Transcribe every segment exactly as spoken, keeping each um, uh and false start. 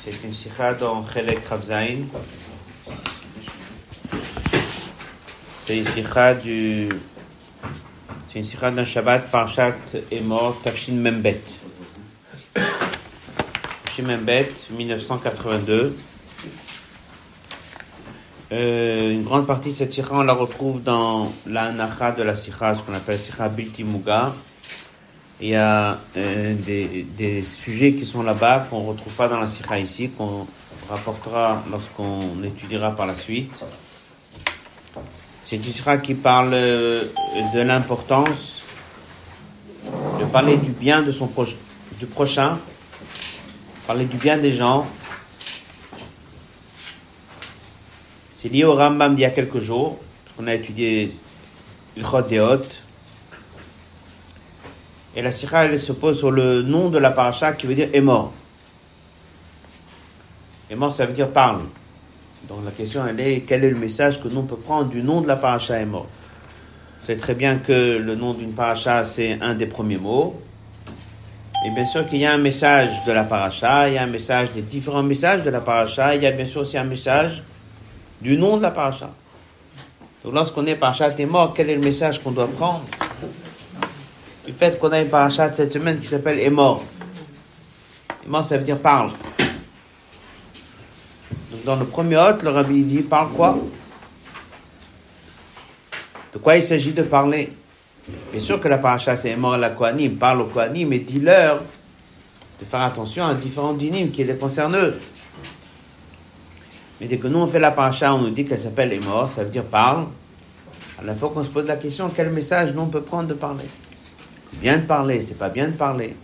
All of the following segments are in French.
C'est une sikha dans Chelek Chavzaïn. C'est une sikha du... C'est une sikha d'un Shabbat, Parshat Emor, Tafshin Membet. Tafshin Membet, dix-neuf cent quatre-vingt-deux. Euh, une grande partie de cette sikha, on la retrouve dans la Hanacha de la sikha, ce qu'on appelle sikha Bilti Muga. Il y a euh, des, des sujets qui sont là-bas qu'on ne retrouve pas dans la sikha ici, qu'on rapportera lorsqu'on étudiera par la suite. C'est une sikha qui parle de l'importance de parler du bien de son pro- du prochain, parler du bien des gens. C'est lié au Rambam d'il y a quelques jours, on a étudié Ilchot Deot. Et la sikha, elle se pose sur le nom de la paracha qui veut dire Emor. Emor, ça veut dire parle. Donc la question, elle est, quel est le message que nous on peut prendre du nom de la paracha Emor? C'est très bien que le nom d'une paracha, c'est un des premiers mots. Et bien sûr qu'il y a un message de la paracha, il y a un message des différents messages de la paracha, il y a bien sûr aussi un message du nom de la paracha. Donc lorsqu'on est paracha Emor, quel est le message qu'on doit prendre du fait qu'on a une paracha de cette semaine qui s'appelle Emor? Emor, ça veut dire parle. Donc dans le premier hôte, le rabbi dit parle quoi? De quoi il s'agit de parler? Bien sûr que la paracha c'est Emor la Kohanim, parle aux Kohanim, mais dis-leur de faire attention à différents dinim qui les concernent eux. Mais dès que nous on fait la paracha, on nous dit qu'elle s'appelle Emor, ça veut dire parle. Alors il faut qu'on se pose la question, quel message nous on peut prendre de parler? Bien de parler, c'est pas bien de parler.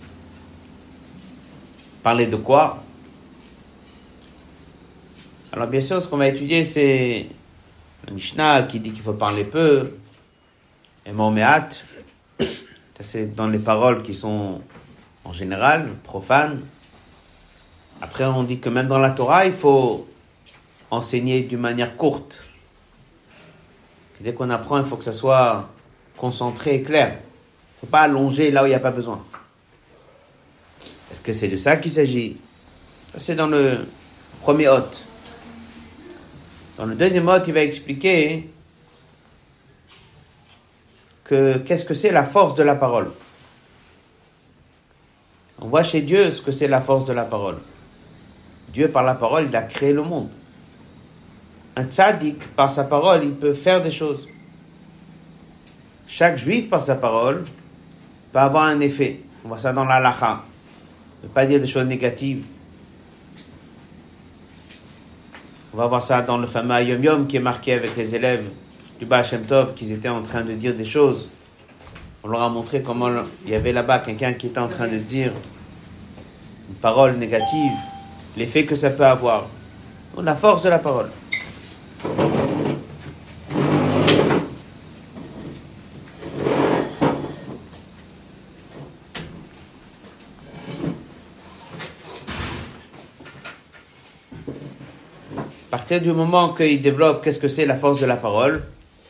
Parler de quoi? Alors bien sûr, ce qu'on va étudier, c'est la Mishnah qui dit qu'il faut parler peu, Emor Me'at. C'est dans les paroles qui sont en général profanes. Après, on dit que même dans la Torah, il faut enseigner d'une manière courte. Dès qu'on apprend, il faut que ça soit concentré et clair. Il ne faut pas allonger là où il n'y a pas besoin. Est-ce que c'est de ça qu'il s'agit? C'est dans le premier hôte. Dans le deuxième hôte, il va expliquer que qu'est-ce que c'est la force de la parole. On voit chez Dieu ce que c'est la force de la parole. Dieu, par la parole, il a créé le monde. Un tzaddik, par sa parole, il peut faire des choses. Chaque juif, par sa parole, peut avoir un effet. On voit ça dans l'halakha. Ne pas dire des choses négatives. On va voir ça dans le fameux Yom Yom qui est marqué avec les élèves du Baal Shem Tov, qu'ils étaient en train de dire des choses. On leur a montré comment il y avait là-bas quelqu'un qui était en train de dire une parole négative, l'effet que ça peut avoir. Donc, la force de la parole. À partir du moment qu'il développe qu'est-ce que c'est la force de la parole,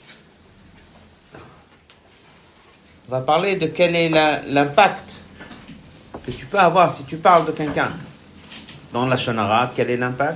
on va parler de quel est la, l'impact que tu peux avoir si tu parles de quelqu'un. Dans la shonara, quel est l'impact?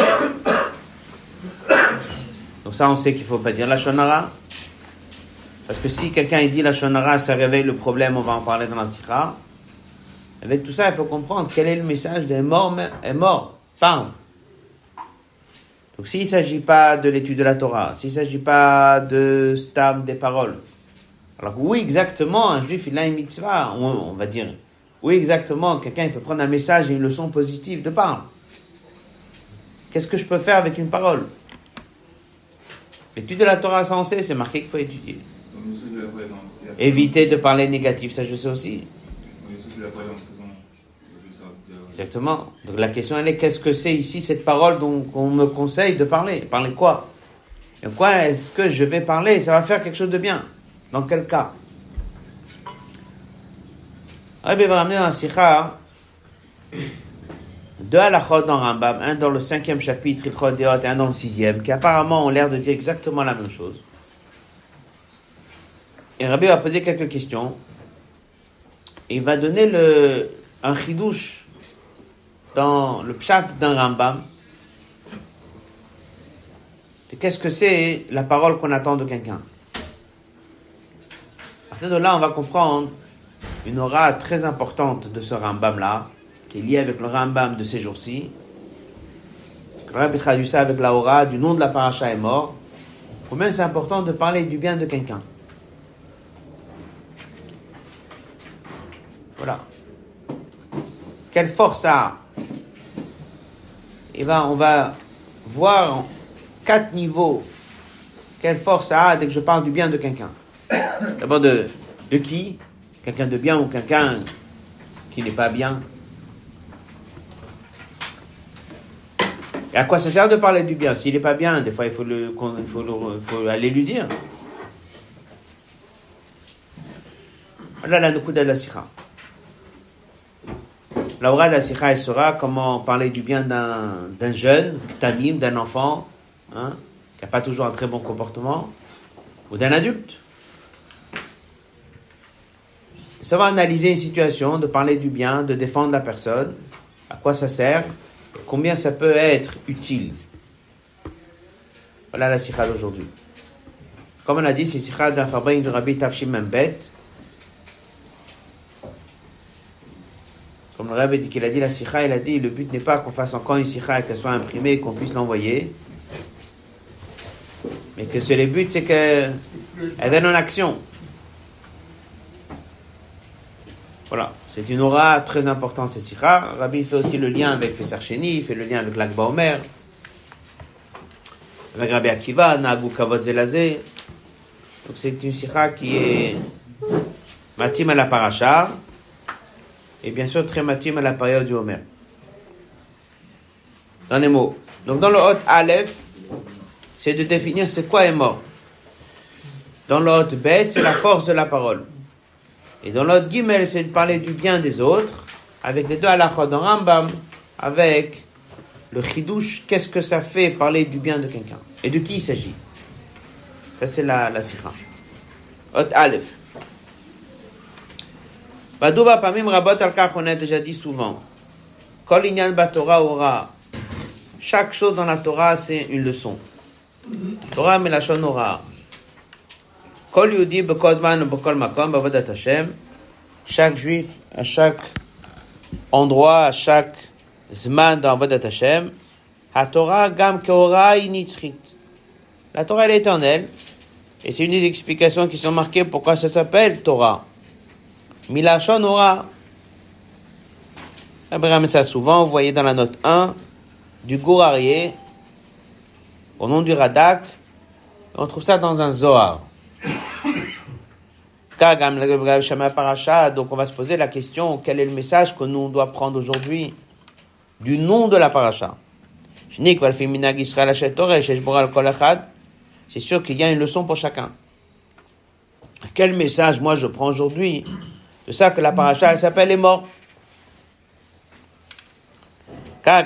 Donc ça, on sait qu'il ne faut pas dire la shonara. Parce que si quelqu'un il dit la shonara, ça réveille le problème, on va en parler dans la sikha. Avec tout ça, il faut comprendre quel est le message des morts, est mort, parle. Donc s'il ne s'agit pas de l'étude de la Torah, s'il ne s'agit pas de stam, des paroles, alors oui, exactement, un juif, il a une mitzvah, on, on va dire, oui, exactement, quelqu'un, il peut prendre un message et une leçon positive de parole. Qu'est-ce que je peux faire avec une parole? L'étude de la Torah, ça on sait, c'est marqué qu'il faut étudier. Éviter de parler négatif, ça je sais aussi. Exactement. Donc la question elle est, qu'est-ce que c'est ici cette parole dont on me conseille de parler? Parler quoi? Et quoi est-ce que je vais parler? Ça va faire quelque chose de bien. Dans quel cas? Rabbi va ramener dans la sikha deux halachot dans Rambam, un dans le cinquième chapitre, Ilchot Deot, et un dans le sixième, qui apparemment ont l'air de dire exactement la même chose. Et Rabbi va poser quelques questions. Et il va donner le, un chidouche dans le pshat d'un Rambam, de qu'est-ce que c'est la parole qu'on attend de quelqu'un. À partir de là, on va comprendre une aura très importante de ce Rambam-là, qui est liée avec le Rambam de ces jours-ci. Le Rabbi traduit ça avec la aura du nom de la paracha est mort. Combien c'est important de parler du bien de quelqu'un. Voilà. Quelle force ça a. Et ben, on va voir en quatre niveaux quelle force ça a dès que je parle du bien de quelqu'un. D'abord de, de qui? Quelqu'un de bien ou quelqu'un qui n'est pas bien. Et à quoi ça sert de parler du bien? S'il n'est pas bien, des fois il faut, le, il faut, le, il faut aller lui dire. Voilà la Nukuda de la Sikha. La aura de la Sikha, elle sera comment parler du bien d'un, d'un jeune, ktanim, d'un enfant, hein, qui n'a pas toujours un très bon comportement, ou d'un adulte. Ça va analyser une situation, de parler du bien, de défendre la personne, à quoi ça sert, combien ça peut être utile. Voilà la Sikha d'aujourd'hui. Comme on a dit, c'est Sikha d'un fabrique du Rabbi Tafshim Membet. Comme le Rabbi dit qu'il a dit la Sikha, il a dit le but n'est pas qu'on fasse encore une Sikha et qu'elle soit imprimée et qu'on puisse l'envoyer. Mais que c'est le but, c'est qu'elle vienne en action. Voilà, c'est une aura très importante, cette Sikha. Rabbi fait aussi le lien avec Fesar Sheni, il fait le lien avec Lag Baomer, avec Rabbi Akiva, Nagou Kavod Zelazé. Donc c'est une Sikha qui est matim à la paracha, et bien sûr très matim à la période du Homer. Dans les mots. Donc dans le Hot Aleph, c'est de définir c'est quoi est mort. Dans le Hot Bet, c'est la force de la parole. Et dans l'autre Gimel, c'est de parler du bien des autres, avec les deux halachot dans Rambam, avec le chidouche, qu'est-ce que ça fait parler du bien de quelqu'un, et de qui il s'agit. Ça, c'est la, la sikha. Hot Aleph. Badouba Pamim Rabot Al-Kach, on a déjà dit souvent. Kol Inyan Batorah Ora. Chaque chose dans la Torah, c'est une leçon. Torah Melachon Ora. Kol Yudi B'kol Zman B'kol Makom B'avodat Hashem. Chaque juif, à chaque endroit, à chaque zman dans Avodat Hashem. Ha Torah Gam Keora Initzchit. La Torah elle est éternelle. Et c'est une des explications qui sont marquées pourquoi ça s'appelle Torah. Milachon Ora. Abraham ça souvent, vous voyez dans la note un du Gourarié, au nom du Radak, on trouve ça dans un Zohar. Donc on va se poser la question, quel est le message que nous on doit prendre aujourd'hui du nom de la paracha? C'est sûr qu'il y a une leçon pour chacun. Quel message moi je prends aujourd'hui de ça que la paracha elle s'appelle les morts? La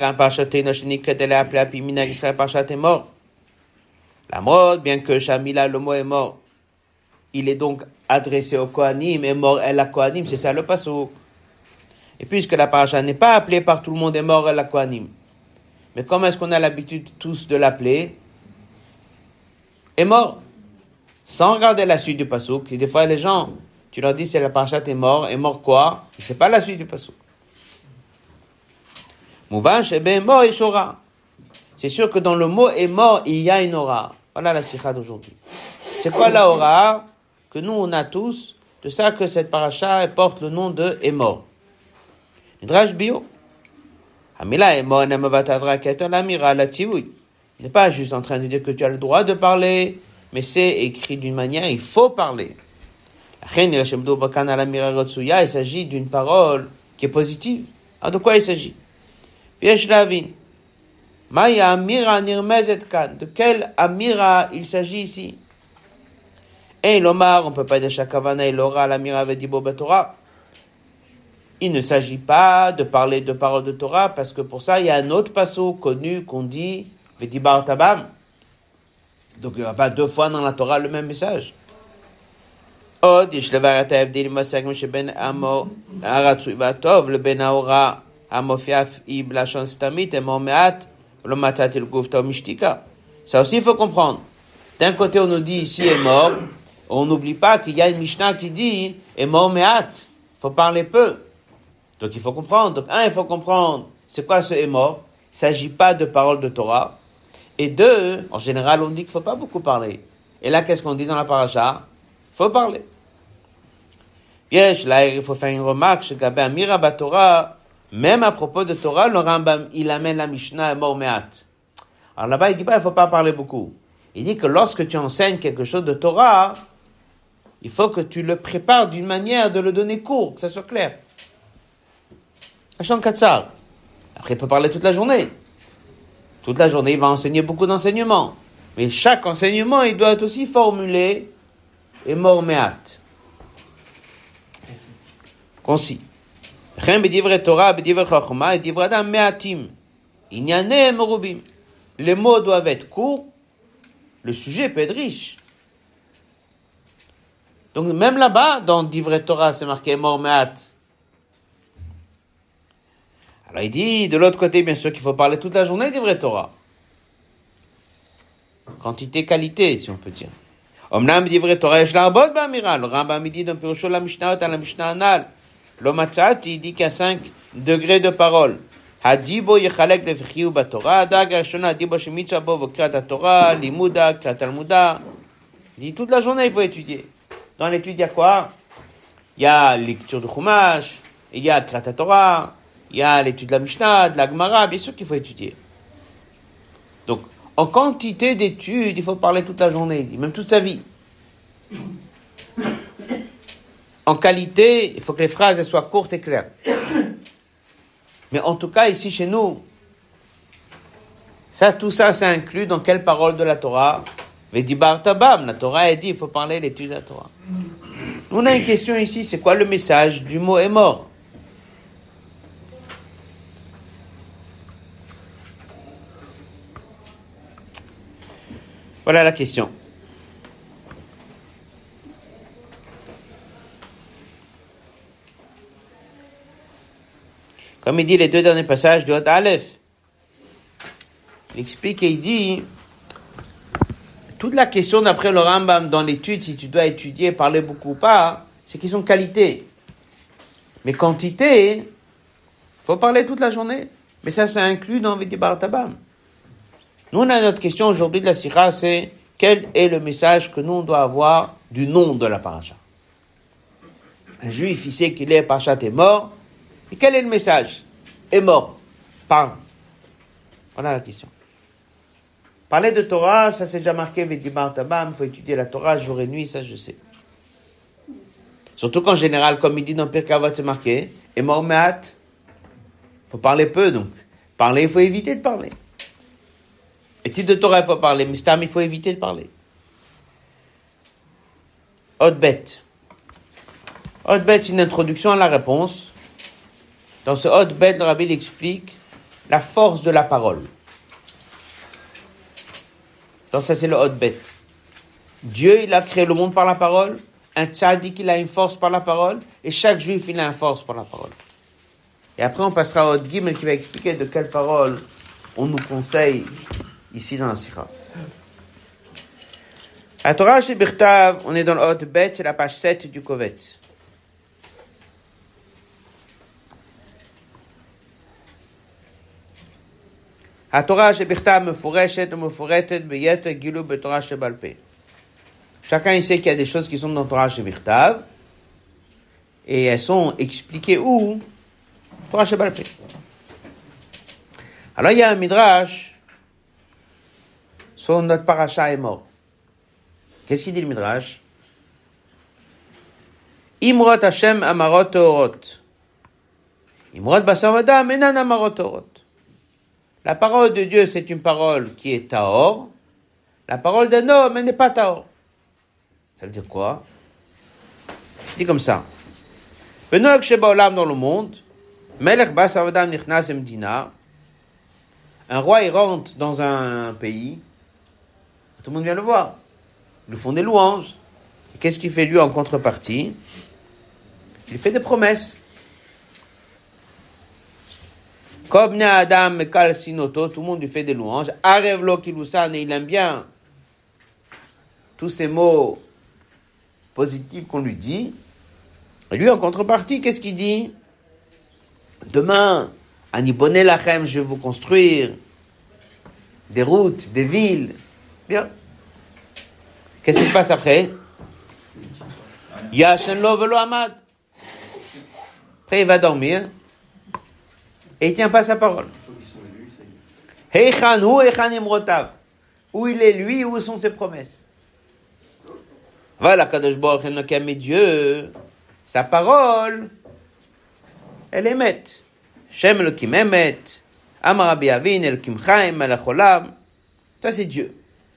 mort, bien que Shamila, le mot est mort, il est donc adressé au Kohanim, et mort el la Kohanim, c'est ça le pasuk. Et puisque la paracha n'est pas appelée par tout le monde, est mort el la Kohanim. Mais comment est-ce qu'on a l'habitude tous de l'appeler? Est mort. Sans regarder la suite du pasuk. Et des fois les gens, tu leur dis c'est la paracha est mort, est mort quoi? C'est pas la suite du pasuk. Mouvan sheben mort et shora. C'est sûr que dans le mot est mort, il y a une aura. Voilà la sikha d'aujourd'hui. C'est quoi la aura que nous on a tous de ça que cette paracha porte le nom de est mort? Midrash bio. Hamila est mort n'amavatadra keton l'amira la tivui. Il n'est pas juste en train de dire que tu as le droit de parler, mais c'est écrit d'une manière, il faut parler. Il s'agit d'une parole qui est positive. Alors de quoi il s'agit? Maya amira nirmezet kan. De quelle amira il s'agit ici? Et l'omar, on ne peut pas dire shakavana et l'ora l'amira vedibo batora. Il ne s'agit pas de parler de paroles de Torah, parce que pour ça, il y a un autre pasuk connu qu'on dit vedibar tabam. Donc il n'y aura pas deux fois dans la Torah le même message. Od yishlevar atavdil masagim sheben amor aratzui vatov le ben aora Amofiaf iblachon stamit et momeat lo matzat el gufta mishtika. Ça aussi, il faut comprendre. D'un côté, on nous dit ici est mort. On n'oublie pas qu'il y a une Mishnah qui dit est mort meat. Il faut parler peu. Donc, il faut comprendre. Donc, un, il faut comprendre c'est quoi ce est mort. Il ne s'agit pas de paroles de Torah. Et deux, en général, on dit qu'il ne faut pas beaucoup parler. Et là, qu'est-ce qu'on dit dans la paracha? Il faut parler. Bien, là, il faut faire une remarque. Chez Gabé Amira Batora, même à propos de Torah, le Rambam, il amène la Mishnah est mort meat. Alors là-bas, il dit pas, il ne faut pas parler beaucoup. Il dit que lorsque tu enseignes quelque chose de Torah, il faut que tu le prépares d'une manière de le donner court, que ça soit clair. Hacham Katsar. Après, il peut parler toute la journée. Toute la journée, il va enseigner beaucoup d'enseignements. Mais chaque enseignement, il doit être aussi formulé et mormeat. Concis. Chem b'divrei Torah, b'divrei Chachma, et divrei Adam me'atim. Inyané merubim. Les mots doivent être courts. Le sujet peut être riche. Donc, même là-bas, dans divrei Torah, c'est marqué mormeat. Alors, il dit, de l'autre côté, bien sûr, qu'il faut parler toute la journée divrei Torah. Quantité, qualité, si on peut dire. Omnam divrei Torah, yesh la'arbot ba'amira. Le Rambam, il dit, dans Pirusho la Mishnah, à la Mishnah anal. L'Omatzat, il dit qu'il y a cinq degrés de parole. Hadibo yechalek lefchiu baTorah. Adag arishona, hadibo shemitzvah bo v'krat haTorah, limuda, krat talmuda. Il dit, toute la journée, il faut étudier. Dans l'étude, il y a quoi? Il y a lecture de Chumash, il y a krat haTorah, il y a l'étude de la Mishnah, de la Gemara, bien sûr qu'il faut étudier. Donc, en quantité d'études, il faut parler toute la journée, même toute sa vie. En qualité, il faut que les phrases elles soient courtes et claires. Mais en tout cas, ici chez nous, ça, tout ça, c'est inclus dans quelle parole de la Torah? Vedibar tabam, la Torah a dit, il faut parler de l'étude de la Torah. Nous, on a une question ici, c'est quoi le message du mot est mort? Voilà la question. Comme il dit les deux derniers passages de Hot Aleph, il explique et il dit, toute la question d'après le Rambam dans l'étude, si tu dois étudier, parler beaucoup ou pas, c'est question de qualité. Mais quantité, il faut parler toute la journée. Mais ça, c'est inclus dans Vedibar Tabam. Nous, on a notre question aujourd'hui de la Sikha, c'est quel est le message que nous, on doit avoir du nom de la paracha? Un juif, il sait qu'il est parachat est mort. Et quel est le message? Est mort. Parle. Voilà la question. Parler de Torah, ça c'est déjà marqué Vedibar Tabam, il faut étudier la Torah jour et nuit, ça je sais. Surtout qu'en général, comme il dit dans Pirkei Avot, c'est marqué, est mort me'at. Il faut parler peu, donc. Parler, il faut éviter de parler. Étude de Torah, il faut parler, mais Stam, il faut éviter de parler. Hot bet. Hot bet, c'est une introduction à la réponse. Dans ce hot bet, le Rabbi explique la force de la parole. Donc ça, c'est le hot bet. Dieu, il a créé le monde par la parole. Un tzaddik, il a une force par la parole. Et chaque juif, il a une force par la parole. Et après, on passera au hot gimel qui va expliquer de quelle parole on nous conseille ici dans la Sikha. À Torah chez Birtav, on est dans le hot bet, c'est la page sept du Kovetz. התורה שבכתב מפורשת ומפורטת ביתר גילוי בתורה שבעל פה. Chacun il sait qu'il y a des choses qui sont dans la Torah שבכתב et elles sont expliquées où? Torah שבעל פה. Alors il y a un midrash sur notre paracha est mort. Qu'est-ce qu'il dit le midrash? Imrot Hashem amarot teorot. Imrot basar vadam enan amarot teorot. La parole de Dieu, c'est une parole qui est taor. La parole d'un homme, elle n'est pas taor. Ça veut dire quoi? Il dit comme ça. Benoak sheba olam dans le monde, melech basar vadam nichnas emdina. Un roi, il rentre dans un pays. Tout le monde vient le voir. Ils lui font des louanges. Et qu'est-ce qu'il fait lui en contrepartie? Il fait des promesses. Comme Adam Kal Sinoto, tout le monde lui fait des louanges. Arevlo Kilousan, et il aime bien tous ces mots positifs qu'on lui dit. Et lui, en contrepartie, qu'est-ce qu'il dit? Demain, Anibone Lachem, je vais vous construire des routes, des villes. Bien. Qu'est-ce qui se passe après? Yashen lo velo amad. Après, il va dormir et il ne tient pas sa parole. Heichan hu, heichan imrotav. Où il est lui, où sont ses promesses? Voilà, Kadosh Baruch Hu qui a mis Dieu, sa parole, elle émet. Shem Elokim émet. Amar Rabbi Avin, Elokim Chaim, Melech Olam. Ça, c'est Dieu.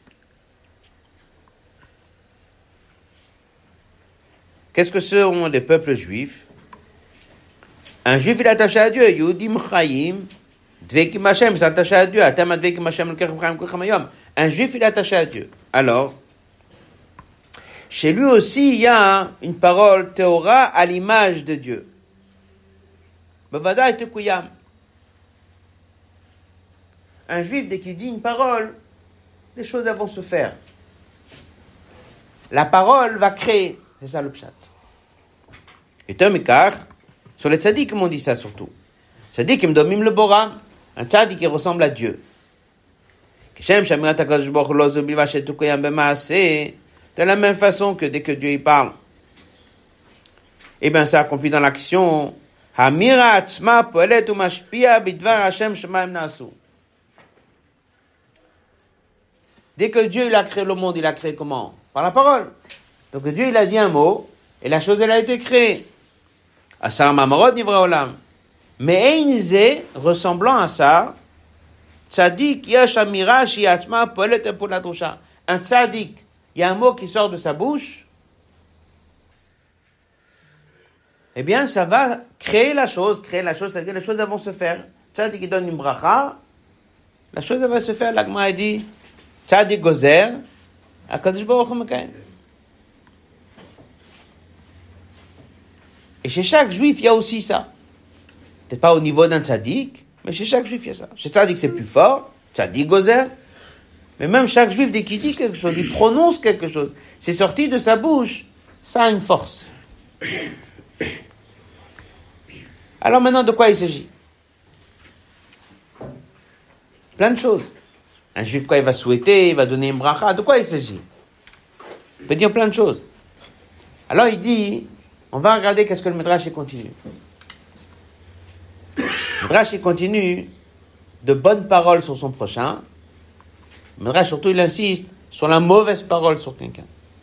Qu'est-ce que sont les peuples juifs? Un juif, il est attaché à Dieu. Yehudim Chaim, Dvekim Hashem, c'est attaché à Dieu. Atem Dvekim Hashem, Lekechem Chaim Kochem Hayom. Un juif, il est attaché à Dieu. Alors, chez lui aussi, il y a une parole théora à l'image de Dieu. Bavada et Tekuyam. Un juif, dès qu'il dit une parole, les choses elles vont se faire. La parole va créer. C'est ça le pshat. Et Tomikar, sur les tzadikim, on dit ça surtout. Tzadikim domim le boram. Un tzadik qui ressemble à Dieu. De la même façon que dès que Dieu y parle, eh bien, ça accomplit dans l'action. Hamira atzma poelet umashpia bidvar Hashem shemaim nasu. Dès que Dieu il a créé le monde, il a créé comment? Par la parole. Donc Dieu il a dit un mot, et la chose elle a été créée. Asar mamarot nivra olam. Mais einze, ressemblant à ça, tzadik yesh amira shi atzma poelet pour la drusha. Un tzadik, il y a un mot qui sort de sa bouche, eh bien, ça va créer la chose, créer la chose, ça veut dire les choses elles vont se faire. Tzadik qui donne une bracha, la chose elle va se faire. L'Agma a dit, tzadik gozer, HaKadosh Baruch Hu mekayem. Et chez chaque juif, il y a aussi ça. Peut-être pas au niveau d'un tzadik, mais chez chaque juif, il y a ça. Chez tzadik, c'est plus fort, tzadik gozer. Mais même chaque juif, dès qu'il dit quelque chose, il prononce quelque chose, c'est sorti de sa bouche, ça a une force. Alors maintenant, de quoi il s'agit? Plein de choses. Un juif, quoi, il va souhaiter, il va donner une bracha, de quoi il s'agit? Il peut dire plein de choses. Alors il dit, on va regarder qu'est-ce que le Midrash il continue. Le Midrash il continue de bonnes paroles sur son prochain. Le Midrash surtout il insiste sur la mauvaise parole sur quelqu'un.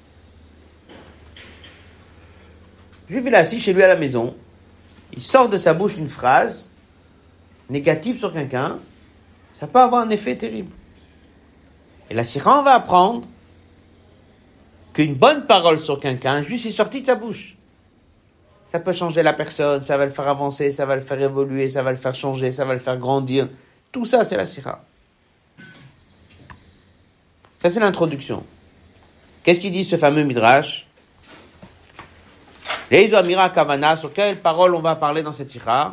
Le juif il est assis chez lui à la maison, il sort de sa bouche une phrase négative sur quelqu'un, ça peut avoir un effet terrible. Et la Sikha, on va apprendre qu'une bonne parole sur quelqu'un, juste est sortie de sa bouche. Ça peut changer la personne, ça va le faire avancer, ça va le faire évoluer, ça va le faire changer, ça va le faire grandir. Tout ça, c'est la Sikha. Ça, c'est l'introduction. Qu'est-ce qu'il dit ce fameux Midrash? Les Amira Kavana, sur quelle parole on va parler dans cette Sikha?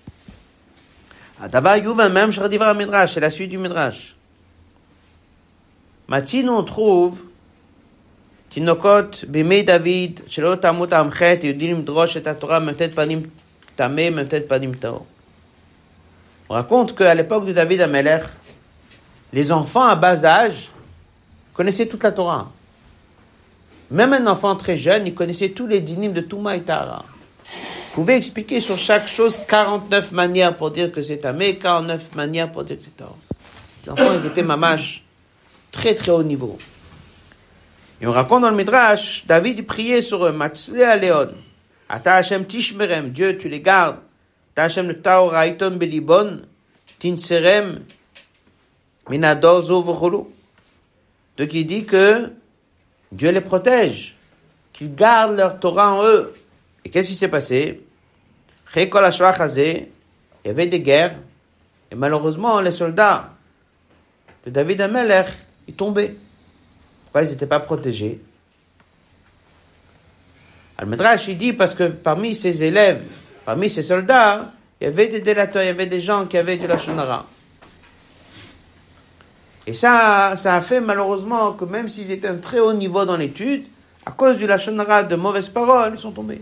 Adaba Yuva même, je redivra Midrash, c'est la suite du Midrash. Maintenant, on trouve Tinokot Bimei David, Shelo Tamut Amchet, Yudim Drosh et Torah, Memtet Panim Tameh, Memtet Panim Tao. On raconte qu'à l'époque de David Amelech, les enfants à bas âge connaissaient toute la Torah. Même un enfant très jeune, il connaissait tous les dynim de Touma et Tahara. Vous pouvez expliquer sur chaque chose quarante-neuf manières pour dire que c'est Tameh, quarante-neuf manières pour dire que c'est Tahara. Les enfants, ils étaient mamash, très très haut niveau. Et on raconte dans le Midrash, David priait sur eux, Matzle Aleon, Ata Hashem Tishmerem, Dieu tu les gardes, Ata Hashem le Taora Iton Belibon, Tinserem, Minador Zo V'cholu. Donc il dit que Dieu les protège, qu'ils gardent leur Torah en eux. Et qu'est-ce qui s'est passé? Il y avait des guerres, et malheureusement les soldats de David Amelech, ils tombaient. Pourquoi ils n'étaient pas protégés? Al-Midrash, il dit parce que parmi ses élèves, parmi ses soldats, Il y avait des délateurs, il y avait des gens qui avaient du lashon hara. Et ça, ça a fait malheureusement que même s'ils étaient à un très haut niveau dans l'étude, à cause du lashon hara, de mauvaises paroles, ils sont tombés.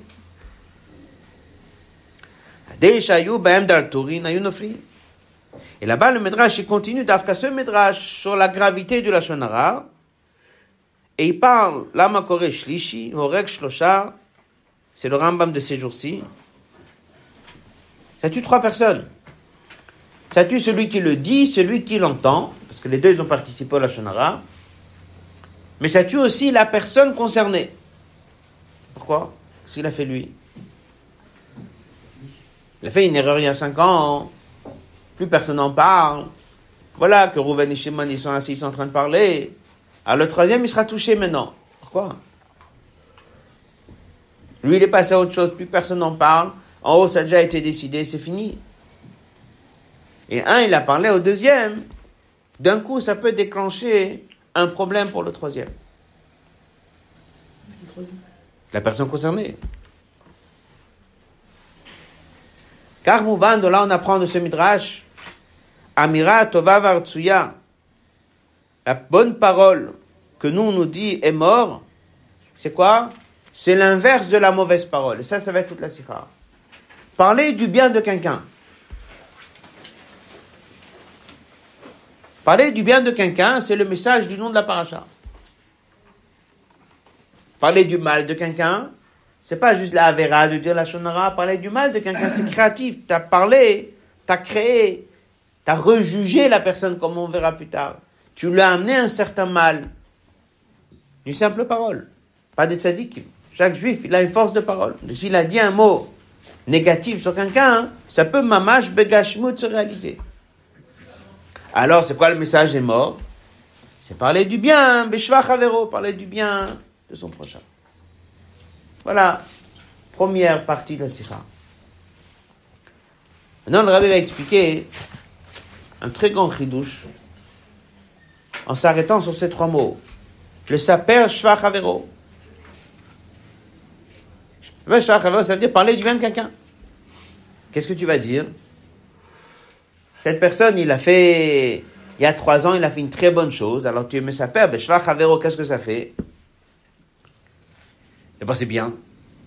Et là-bas, le Midrash, il continue d'Afka ce Midrash sur la gravité du lashon hara. Et il parle, Lama Kore Shlishi, Horek Shlosha, c'est le Rambam de ces jours-ci. Ça tue trois personnes. Ça tue celui qui le dit, celui qui l'entend, parce que les deux, ils ont participé au lashon hara. Mais ça tue aussi la personne concernée. Pourquoi? Qu'est-ce qu'il a fait lui? Il a fait une erreur il y a cinq ans. Plus personne n'en parle. Voilà que Rouven et Shimon, ils sont assis, ils sont en train de parler. Alors le troisième, il sera touché maintenant. Pourquoi? Lui, il est passé à autre chose, plus personne n'en parle. En haut, ça a déjà été décidé, c'est fini. Et un, il a parlé au deuxième. D'un coup, ça peut déclencher un problème pour le troisième. C'est qui le troisième? La personne concernée. Car Mouvan, de là on apprend de ce Midrash, Amira Tova Vartsuya, la bonne parole que nous, on nous dit est mort, c'est quoi? C'est l'inverse de la mauvaise parole. Et ça, ça va être toute la sikha. Parler du bien de quelqu'un. Parler du bien de quelqu'un, c'est le message du nom de la paracha. Parler du mal de quelqu'un, c'est pas juste la avéra de dire la lashon hara. Parler du mal de quelqu'un, c'est créatif. T'as parlé, t'as créé, t'as rejugé la personne, comme on verra plus tard. Tu lui as amené un certain mal. Une simple parole. Pas de tzadikim. Chaque juif, il a une force de parole. Donc, s'il a dit un mot négatif sur quelqu'un, ça peut mamash begashmut se réaliser. Alors, c'est quoi le message est mort? C'est parler du bien, beshvach havero, parler du bien de son prochain. Voilà, première partie de la sikha. Maintenant, le Rabbi va expliquer un très grand chidouche en s'arrêtant sur ces trois mots. Le saper shvach havero. Le shvach havero, ça veut dire parler du bien de quelqu'un. Qu'est-ce que tu vas dire? Cette personne, il a fait, il y a trois ans, il a fait une très bonne chose. Alors tu me saper, ben shvach havero, qu'est-ce que ça fait? D'abord, c'est bien.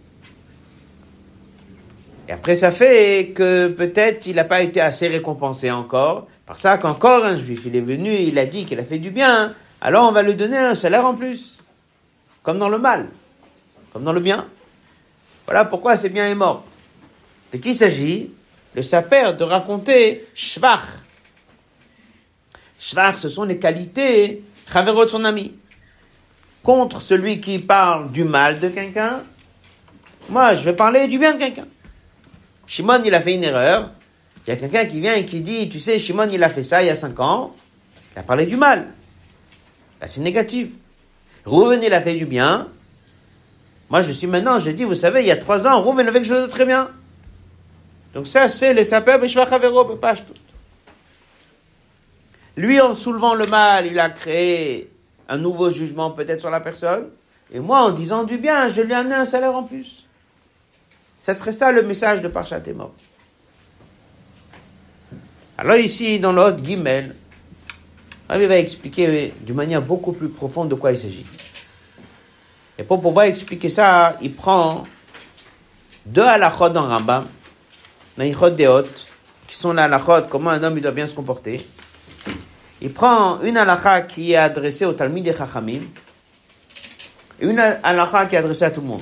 Et après, ça fait que peut-être il n'a pas été assez récompensé encore. Par ça qu'encore un juif, il est venu, il a dit qu'il a fait du bien. Alors on va lui donner un salaire en plus. Comme dans le mal. Comme dans le bien. Voilà pourquoi c'est bien est mort. De qui il s'agit? Le saper de raconter shvach. Shvach, ce sont les qualités chavero de son ami. Contre celui qui parle du mal de quelqu'un, moi, je vais parler du bien de quelqu'un. Shimon, il a fait une erreur. Il y a quelqu'un qui vient et qui dit, tu sais, Shimon, il a fait ça il y a cinq ans. Il a parlé du mal. Là, c'est négatif. Rouven, il a fait du bien. Moi, je suis maintenant, je dis, vous savez, il y a trois ans, Rouven a fait quelque chose de très bien. Donc ça, c'est le saper b'shvach havero b'pashtout. Lui, en soulevant le mal, il a créé un nouveau jugement peut-être sur la personne. Et moi, en disant du bien, je lui ai amené un salaire en plus. Ça serait ça le message de Parshat Emor. Alors ici, dans l'autre Gimel, Rabbi va expliquer d'une manière beaucoup plus profonde de quoi il s'agit. Et pour pouvoir expliquer ça, il prend deux halachot dans Rambam, dans Yichot Deot, qui sont la halachot, comment un homme il doit bien se comporter. Il prend une halakha qui est adressée au Talmidei Chachamim, et une halakha qui est adressée à tout le monde.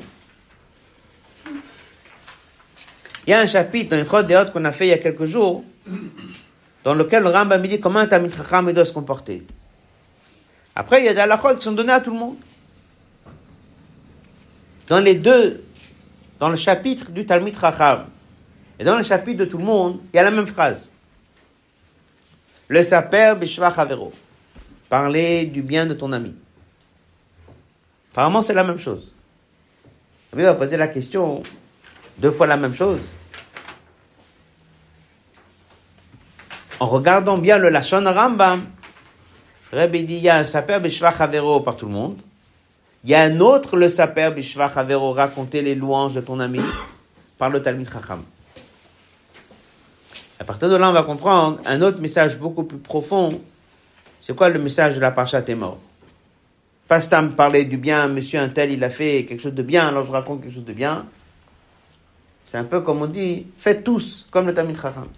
Il y a un chapitre dans Yichot Deot qu'on a fait il y a quelques jours, dans lequel le Rambam dit comment un Talmid Chacham doit se comporter. Après, il y a des halakhot qui sont donnés à tout le monde. Dans les deux, dans le chapitre du Talmid Chacham et dans le chapitre de tout le monde, il y a la même phrase. Le saper b'shvach havero. Parler du bien de ton ami. Apparemment, c'est la même chose. Rabbi va poser la question, deux fois la même chose. En regardant bien le Lashon Rambam, Rabbi dit, il y a un saper b'shvach havero par tout le monde. Il y a un autre, le saper b'shvach havero, raconter les louanges de ton ami, par le Talmid Chacham. À partir de là, on va comprendre un autre message beaucoup plus profond. C'est quoi le message de la Parashat Emor? Fastam me parler du bien, monsieur un tel, il a fait quelque chose de bien, alors je raconte quelque chose de bien. C'est un peu comme on dit, faites tous, comme le Talmid Chacham.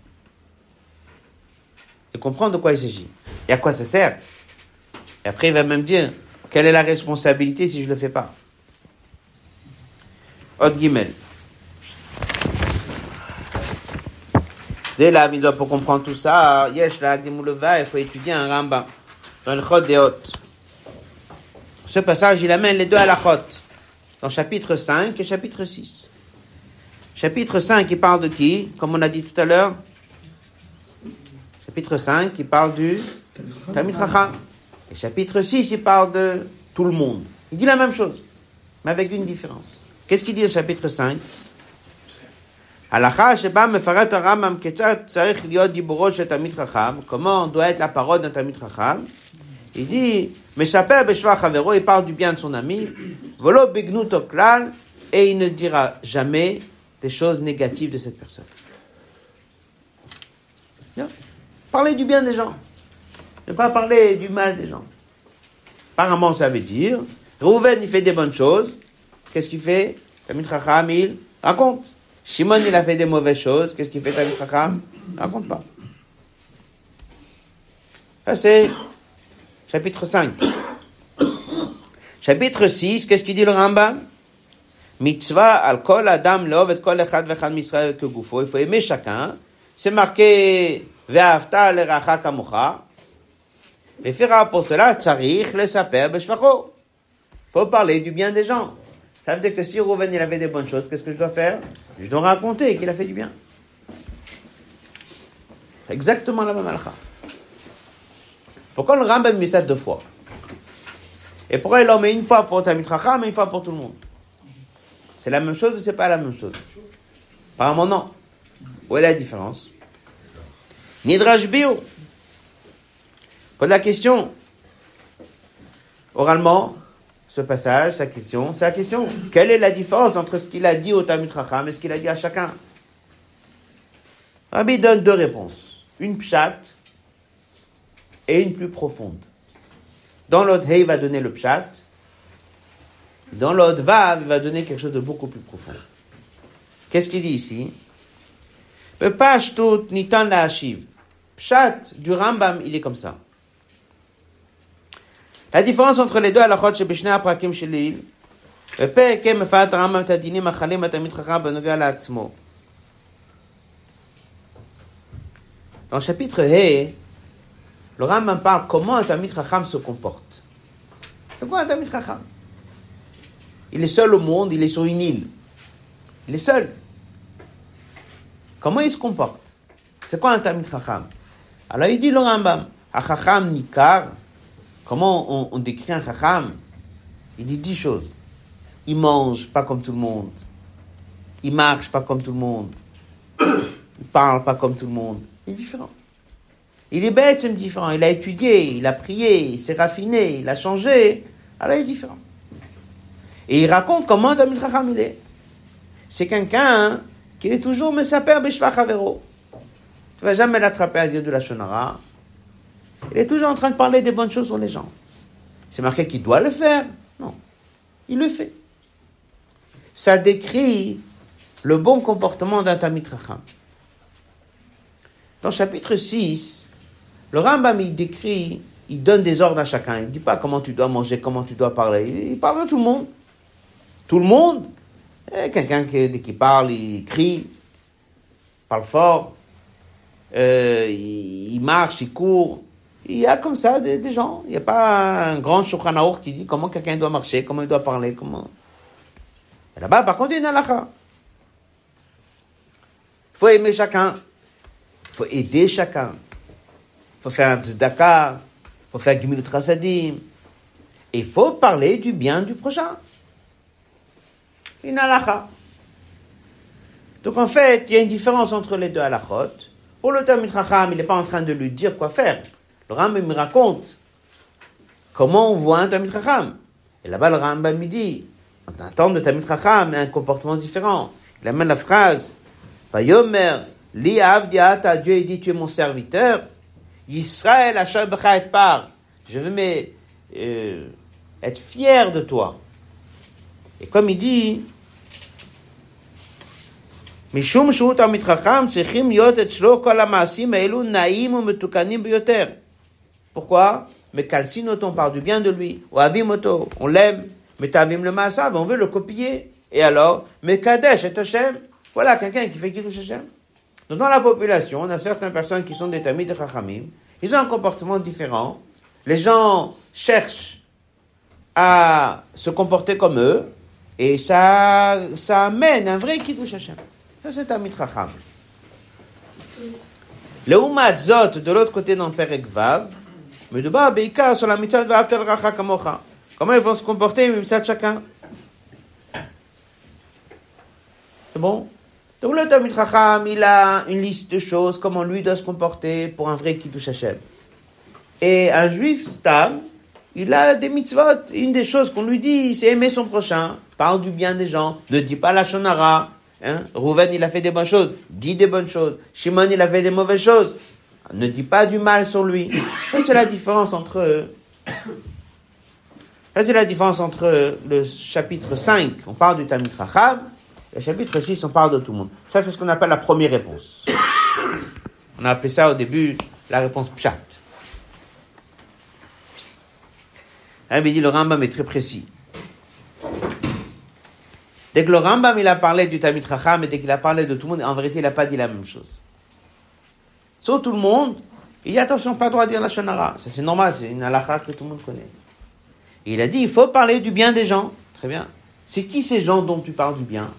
Et comprendre de quoi il s'agit. Et à quoi ça sert. Et après, il va même dire, quelle est la responsabilité si je ne le fais pas. Od Gimel. Dès là, pour comprendre tout ça, yesh la Agdimuleva, il faut étudier un Rambam dans le Chod des Hot. Ce passage, il amène les deux à la Chod, dans chapitre cinq et chapitre six. Chapitre cinq, il parle de qui? Comme on a dit tout à l'heure. Chapitre cinq, il parle du Talmid Chacham. Et chapitre six, il parle de tout le monde. Il dit la même chose, mais avec une différence. Qu'est-ce qu'il dit au chapitre cinq? Halacha sheba mefaret Rambam ketzad tzarich liot diburo shel Talmid Chacham. Comment doit être la parole d'un Talmid Chacham? Il dit, Meshaper beshvach havero, il parle du bien de son ami, volo bignut oklal, et il ne dira jamais des choses négatives de cette personne. Non. Parler du bien des gens, ne pas parler du mal des gens. Apparemment, ça veut dire, Reuven, il fait des bonnes choses, qu'est-ce qu'il fait? Talmid Chacham, il raconte. Shimon, il a fait des mauvaises choses, qu'est-ce qu'il fait? Talmid Chacham, il raconte pas. Ça, c'est chapitre cinq. Chapitre six, qu'est-ce qu'il dit le Rambam? Mitzvah al kol adam leov et kol echad vechad misraël que gufo. Il faut aimer chacun. C'est marqué ve'ahavta l'eracha kamocha. Et faire pour cela tzarich le saper beshvacho. Il faut parler du bien des gens. Ça veut dire que si Reuven il avait des bonnes choses, qu'est-ce que je dois faire? Je dois raconter qu'il a fait du bien. Exactement la même halakha. Pourquoi le Rambam met ça deux fois? Et pourquoi il en met une fois pour Talmid Chacham et une fois pour tout le monde? C'est la même chose ou c'est pas la même chose? Apparemment non. Où est la différence? Nidrash bio. Pose la question. Oralement, ce passage, sa question, c'est la question. Quelle est la différence entre ce qu'il a dit au Talmid Chacham et ce qu'il a dit à chacun? Rabbi donne deux réponses. Une pshat et une plus profonde. Dans l'autre He, il va donner le pshat. Dans l'autre Vav, il va donner quelque chose de beaucoup plus profond. Qu'est-ce qu'il dit ici? Pepashtut nitan la hashiv. Pshat du Rambam, il est comme ça. La différence entre les deux halachot shebeshnei haprakim shelil, בפרק ה' מפרט הרמב"ם את הדינים החלים בתלמיד חכם בנוגע לעצמו. Dans le chapitre He, le Rambam parle comment un Talmid Chacham se comporte. C'est quoi un Talmid Chacham? Il est seul au monde, il est sur une île. Il est seul. Comment il se comporte? C'est quoi un Talmid Chacham? Alors il dit le Rambam, un Chacham nikar. Comment on, on décrit un Chacham? Il dit dix choses. Il mange pas comme tout le monde. Il marche pas comme tout le monde. Il parle pas comme tout le monde. Il est différent. Il est bête, c'est différent. Il a étudié, il a prié, il s'est raffiné, il a changé. Alors il est différent. Et il raconte comment Talmid Chacham il est. C'est quelqu'un hein, qui est toujours mesaper beshvach havero. Tu vas jamais l'attraper à dire de la shonara. Il est toujours en train de parler des bonnes choses sur les gens. C'est marqué qu'il doit le faire. Non. Il le fait. Ça décrit le bon comportement d'un Talmid Chacham. Dans le chapitre six, le Rambam, il décrit, il donne des ordres à chacun. Il ne dit pas comment tu dois manger, comment tu dois parler. Il parle de tout le monde. Tout le monde. Et quelqu'un qui, qui parle, il crie, parle fort, euh, il, il marche, il court. Il y a comme ça des, des gens. Il n'y a pas un grand Shulchan Aruch qui dit comment quelqu'un doit marcher, comment il doit parler, comment... Et là-bas, par contre, il y a une halakha. Il faut aimer chacun. Il faut aider chacun. Il faut faire un tzedaka. Il faut faire gemilut chasadim. Et il faut parler du bien du prochain. Une halakha. Donc en fait, il y a une différence entre les deux halachot. Pour le Talmid Chacham, il n'est pas en train de lui dire quoi faire. Le Rambam me raconte comment on voit un Talmid Chacham. Et là-bas, le Rambam me dit, on attend de Talmid Chacham un comportement différent. Il amène la phrase Vayomer Li avdiata, Dieu dit, tu es mon serviteur. Yisraël, Asher Becha et Par. Je veux mais, euh, être fier de toi. Et comme il dit, Mishum Shuhut Talmid Chacham, Tzrichim Liot Etzlo Kol HaMaasim Haelu Naim Umetukanim Biyoter. Pourquoi? Mais Kalsinot, on parle du bien de lui. Ou Avimoto, on l'aime. Mais Tavim le Maasav, on veut le copier. Et alors, mais Kadesh et Hashem. Voilà quelqu'un qui fait Kiddush Hashem. Donc dans la population, on a certaines personnes qui sont des Talmid Chachamim. Ils ont un comportement différent. Les gens cherchent à se comporter comme eux. Et ça, ça amène un vrai Kiddush Hashem. Ça, c'est Talmid Chacham. Le Umat Zot, de l'autre côté dans le Perek Vav, mais de bas, Beika, sur la mitzvah de Va'aftal Racha Kamocha. Comment ils vont se comporter, une mitzvah de chacun? C'est bon? Donc le Talmid Chacham, il a une liste de choses, comment lui doit se comporter pour un vrai Kiddush Hashem. Et un juif stam, il a des mitzvot. Une des choses qu'on lui dit, c'est aimer son prochain, parle du bien des gens, ne dis pas la shonara. Hein? Rouven, il a fait des bonnes choses, dis des bonnes choses. Shimon, il a fait des mauvaises choses, ne dis pas du mal sur lui. Ça, c'est la différence entre eux. Ça, c'est la différence entre le chapitre cinq, on parle du Talmid Chacham, et le chapitre six, on parle de tout le monde. Ça, c'est ce qu'on appelle la première réponse. On a appelé ça au début la réponse Pshat. Il dit le Rambam est très précis. Dès que le Rambam il a parlé du Talmid Chacham et dès qu'il a parlé de tout le monde, en vérité il n'a pas dit la même chose. Sur tout le monde, il dit attention, pas le droit de dire la shonara. Ça c'est normal, c'est une halakha que tout le monde connaît. Et il a dit il faut parler du bien des gens. Très bien. C'est qui ces gens dont tu parles du bien?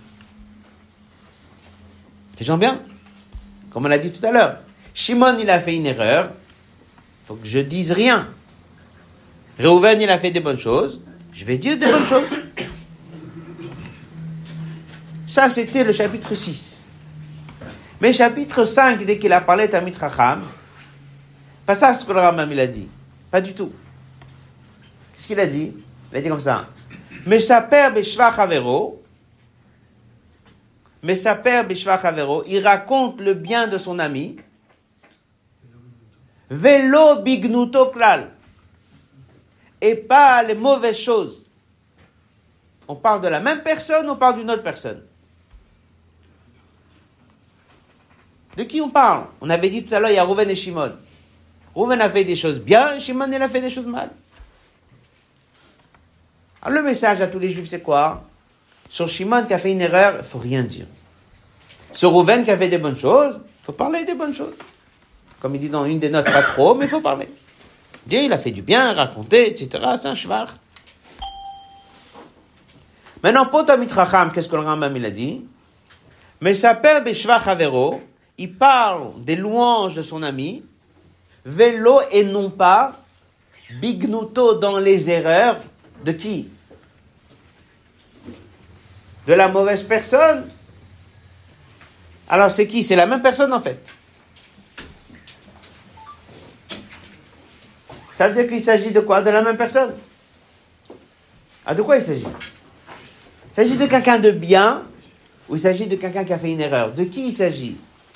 Des gens bien. Comme on l'a dit tout à l'heure. Shimon il a fait une erreur. Il faut que je dise rien. Reuven, il a fait des bonnes choses. Je vais dire des bonnes choses. Ça, c'était le chapitre six. Mais chapitre cinq, dès qu'il a parlé de Talmid Chacham, pas ça ce que le Rambam il a dit. Pas du tout. Qu'est-ce qu'il a dit? Il a dit comme ça. Mesaper b'shvach havero. Mesaper b'shvach havero. Il raconte le bien de son ami. Velo bignuto klal. Et pas les mauvaises choses. On parle de la même personne, on parle d'une autre personne. De qui on parle? On avait dit tout à l'heure, il y a Rouven et Shimon. Rouven a fait des choses bien, Shimon il a fait des choses mal. Alors le message à tous les juifs, c'est quoi? Sur Shimon qui a fait une erreur, il ne faut rien dire. Sur Rouven qui a fait des bonnes choses, il faut parler des bonnes choses. Comme il dit dans une des notes, pas trop, mais il faut parler. Dieu, il a fait du bien, raconter, et cetera. C'est un shvar. Maintenant, pour Talmid Chacham, qu'est-ce que le Rambam il a dit? Mais sa père b'shvach havero, il parle des louanges de son ami, velo et non pas bignuto dans les erreurs de qui? De la mauvaise personne. Alors c'est qui? C'est la même personne en fait. Ça veut dire qu'il s'agit de quoi? De la même personne. Ah, de quoi il s'agit? Il s'agit de quelqu'un de bien ou il s'agit de quelqu'un qui a fait une erreur? De qui il s'agit?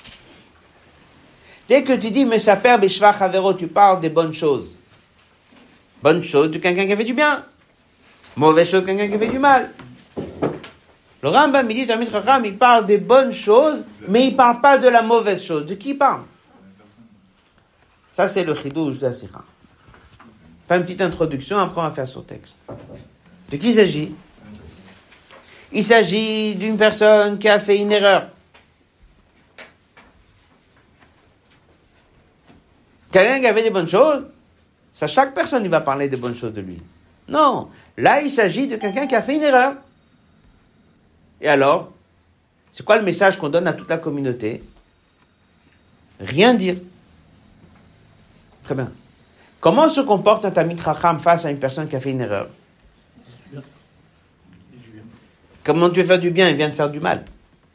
Dès que tu dis, mais sa père, b'shvach havero, tu parles des bonnes choses. Bonne chose de quelqu'un qui a fait du bien. Mauvaise chose de quelqu'un qui a fait du mal. Le Rambam, il dit, Talmid Chacham, il parle des bonnes choses, mais il ne parle pas de la mauvaise chose. De qui il parle? Ça, c'est le chidouj de la Sikha. Faire une petite introduction, après on va faire son texte. De qui il s'agit? Il s'agit d'une personne qui a fait une erreur. Quelqu'un qui a fait des bonnes choses, ça, chaque personne, il va parler des bonnes choses de lui. Non, là, il s'agit de quelqu'un qui a fait une erreur. Et alors, c'est quoi le message qu'on donne à toute la communauté? Rien dire. Très bien. Comment se comporte un Talmid Chacham face à une personne qui a fait une erreur? Comment tu veux faire du bien, il vient de faire du mal.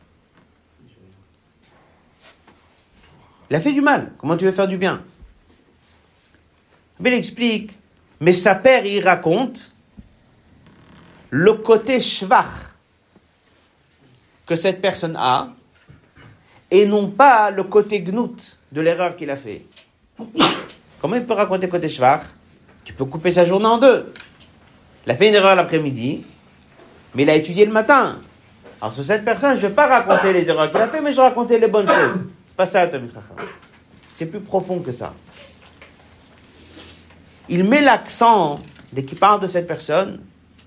Il a fait du mal. Comment tu veux faire du bien? Mais il explique, mais sa père, il raconte le côté shvach que cette personne a et non pas le côté gnout de l'erreur qu'il a fait. Comment il peut raconter côté shvach? Tu peux couper sa journée en deux. Il a fait une erreur l'après-midi, mais il a étudié le matin. Alors sur cette personne, je ne vais pas raconter les erreurs qu'il a fait, mais je vais raconter les bonnes choses. C'est pas ça le Talmid Chacham. C'est plus profond que ça. Il met l'accent, dès qu'il parle de cette personne,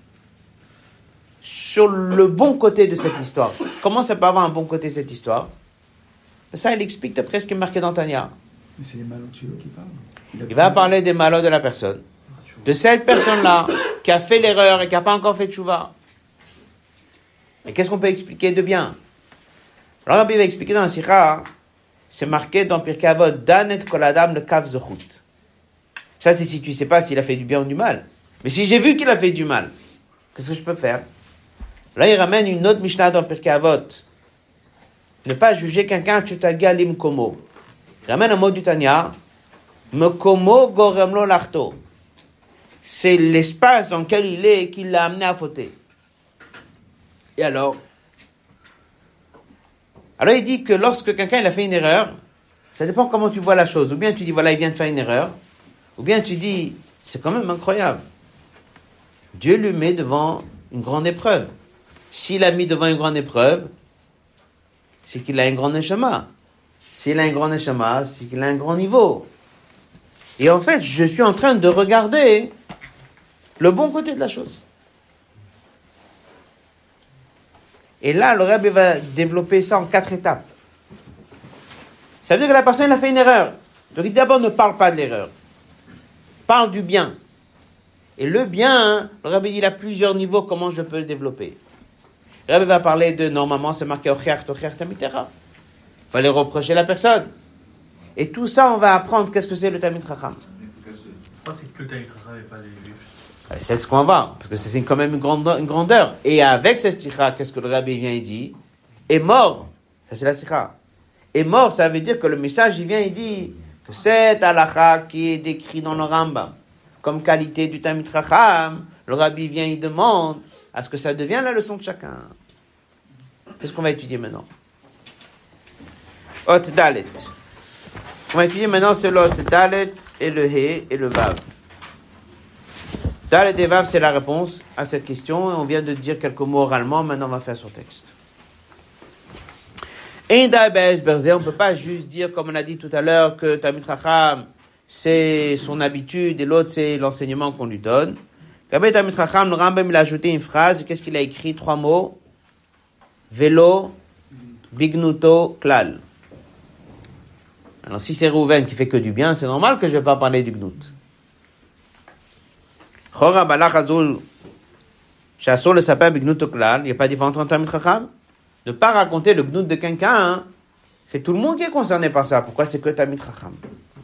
sur le bon côté de cette histoire. Comment ça peut avoir un bon côté cette histoire? Ça, il explique d'après ce qui est marqué dans Tanya. Mais c'est les malheurs de Shiloh qui parlent. Il, il va parler des malheurs de la personne. De cette personne-là qui a fait l'erreur et qui n'a pas encore fait de tchouva. Mais qu'est-ce qu'on peut expliquer de bien? Alors Rabbi va expliquer dans la Sikha, c'est marqué dans Pirkei Avot, Danet kol adam le kav zechut. Ça, c'est si tu ne sais pas s'il a fait du bien ou du mal. Mais si j'ai vu qu'il a fait du mal, qu'est-ce que je peux faire? Là, il ramène une autre Mishnah dans Pirkei Avot. Ne pas juger quelqu'un, tu t'agas l'imkomo. Il ramène un mot du Tanya, Mekomo goremlo lachto. C'est l'espace dans lequel il est qui l'a amené à fauter. Et alors? Alors il dit que lorsque quelqu'un il a fait une erreur, ça dépend comment tu vois la chose. Ou bien tu dis, voilà, il vient de faire une erreur. Ou bien tu dis, c'est quand même incroyable. Dieu lui met devant une grande épreuve. S'il a mis devant une grande épreuve, c'est qu'il a un grand neshama. S'il a un grand neshama, c'est qu'il a un grand niveau. Et en fait, je suis en train de regarder le bon côté de la chose. Et là, le Rebbe va développer ça en quatre étapes. Ça veut dire que la personne a fait une erreur. Donc d'abord, ne parle pas de l'erreur. Parle du bien. Et le bien, le Rebbe dit, il a plusieurs niveaux, comment je peux le développer. Le Rebbe va parler de, normalement, c'est marqué Ochiach Tochiach Tamitera. Il fallait reprocher la personne. Et tout ça, on va apprendre qu'est-ce que c'est le Talmid Chacham. Je pense que c'est que le Talmid Chacham et pas les juifs. C'est ce qu'on va voir, parce que c'est quand même une grandeur. Une grandeur. Et avec cette sikha, qu'est-ce que le Rabbi vient et dit? Est mort. Ça, c'est la sikha. Est mort, ça veut dire que le message, il vient et dit que cette halakha qui est décrit dans le Rambam comme qualité du Talmid Chacham, le Rabbi vient et demande à ce que ça devienne la leçon de chacun. C'est ce qu'on va étudier maintenant. Hot Dalet. On va étudier maintenant, c'est l'Hot Dalet et le He et le Vav. Dalet et Vav, c'est la réponse à cette question. Et on vient de dire quelques mots oralement. Maintenant, on va faire son texte. On ne peut pas juste dire, comme on a dit tout à l'heure, que Talmid Chacham, c'est son habitude et l'autre, c'est l'enseignement qu'on lui donne. Rabbi Talmid Chacham, le Rambam, il a ajouté une phrase. Qu'est-ce qu'il a écrit? Trois mots. Vélo, bignuto, klal. Alors, si c'est Rouven qui fait que du bien, c'est normal que je ne vais pas parler du gnout. Chora balach azul, chassol le sapin bignuto klal. Il n'y a pas de différence entre Talmid Chacham. Ne pas raconter le gnout de quelqu'un, hein. C'est tout le monde qui est concerné par ça. Pourquoi c'est que Talmid Chacham?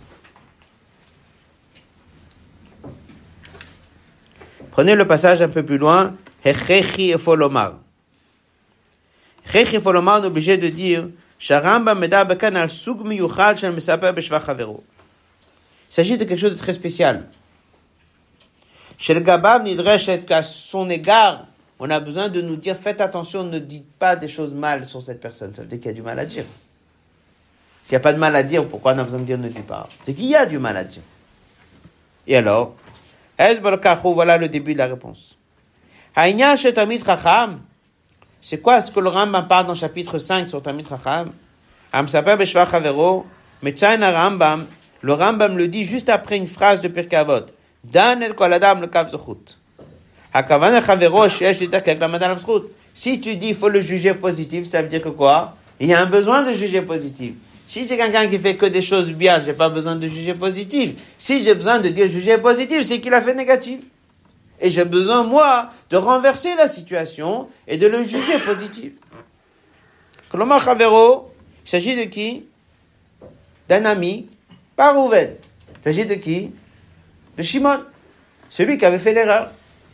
Prenez le passage un peu plus loin. Hechechi efolomar. Hechechi efolomar, on est obligé de dire Sharamba meda bekan al sug miyuchad shel mesaper beshvach havero. Il s'agit de quelque chose de très spécial. Shel gabav nidreshet, qu'à son égard, on a besoin de nous dire, faites attention, ne dites pas des choses mal sur cette personne. Ça veut dire qu'il y a du mal à dire. S'il n'y a pas de mal à dire, pourquoi on a besoin de dire ne dis pas? C'est qu'il y a du mal à dire. Et alors, voilà le début de la réponse. C'est quoi ce que le Rambam parle dans le chapitre cinq sur Talmid Chacham? Le Rambam le dit juste après une phrase de Pirkei Avot. Dan el kol adam le kav zechut. Si tu dis il faut le juger positif, ça veut dire que quoi? Il y a un besoin de juger positif. Si c'est quelqu'un qui fait que des choses bien, j'ai pas besoin de juger positif. Si j'ai besoin de dire juger positif, c'est qu'il a fait négatif. Et j'ai besoin, moi, de renverser la situation et de le juger positif. Kolomar Chavero, il s'agit de qui? D'un ami, pas Rouven. Il s'agit de qui? De Shimon, celui qui avait fait l'erreur.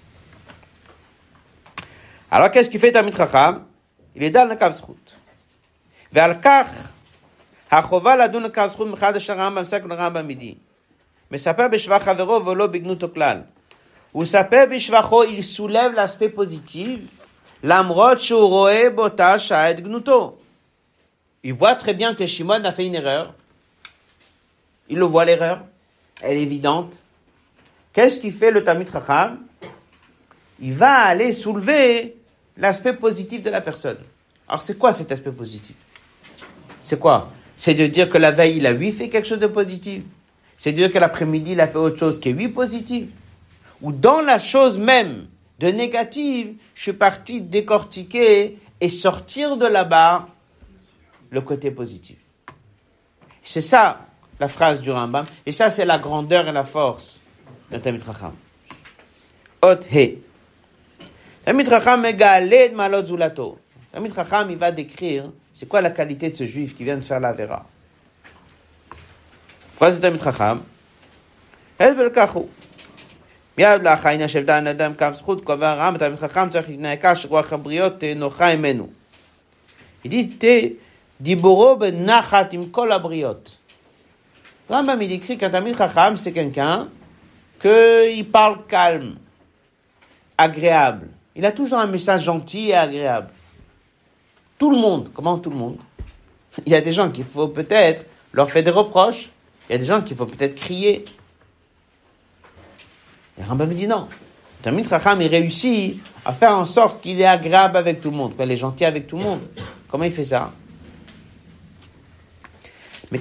Alors, qu'est-ce qu'il fait Talmid Chacham? Il est dans le kav zechut. Ve'al kach, hachova ladun le kav zechut mechad Rambam, c'est que le Rambam dit. Mais saper beshvach havero velo bignuto klal. Ou saper beshvacho, il soulève l'aspect positif. Lamrot shu roe bota shaed gnuto. il voit très bien que Shimon a fait une erreur. Il le voit, l'erreur. Elle est évidente. Qu'est-ce qu'il fait le Talmid Chacham? Il va aller soulever l'aspect positif de la personne. Alors c'est quoi cet aspect positif? C'est quoi? C'est de dire que la veille, il a lui fait quelque chose de positif. C'est de dire que l'après-midi, il a fait autre chose qui est lui positif. Ou dans la chose même de négative, je suis parti décortiquer et sortir de là-bas le côté positif. C'est ça la phrase du Rambam. Et ça, c'est la grandeur et la force d'un Talmid Chacham. Ot he. Talmid Chacham megaleh malot zulato. Talmid Chacham, il va décrire c'est quoi la qualité de ce juif qui vient de faire la vera. Pourquoi c'est Talmid Chacham? Hezbel kachu. מיד לאחר העניין של דן אדם קו זכות קובע רם, תלמיד חכם צריך להתנהג כך שרוח הבריות נוחה ממנו. Il dit, דיבורו בנחת עם כל הבריות. Rambam, il écrit qu'un Talmid Chacham, c'est quelqu'un qu'il parle calme, agréable. Il a toujours un message gentil et agréable. Tout le monde, comment tout le monde? Il y a des gens qu'il faut peut-être leur faire des reproches. Il y a des gens qu'il faut peut-être crier. Et Rambam dit non. Talmid Chacham, il réussit à faire en sorte qu'il est agréable avec tout le monde, qu'il est gentil avec tout le monde. Comment il fait ça? Mais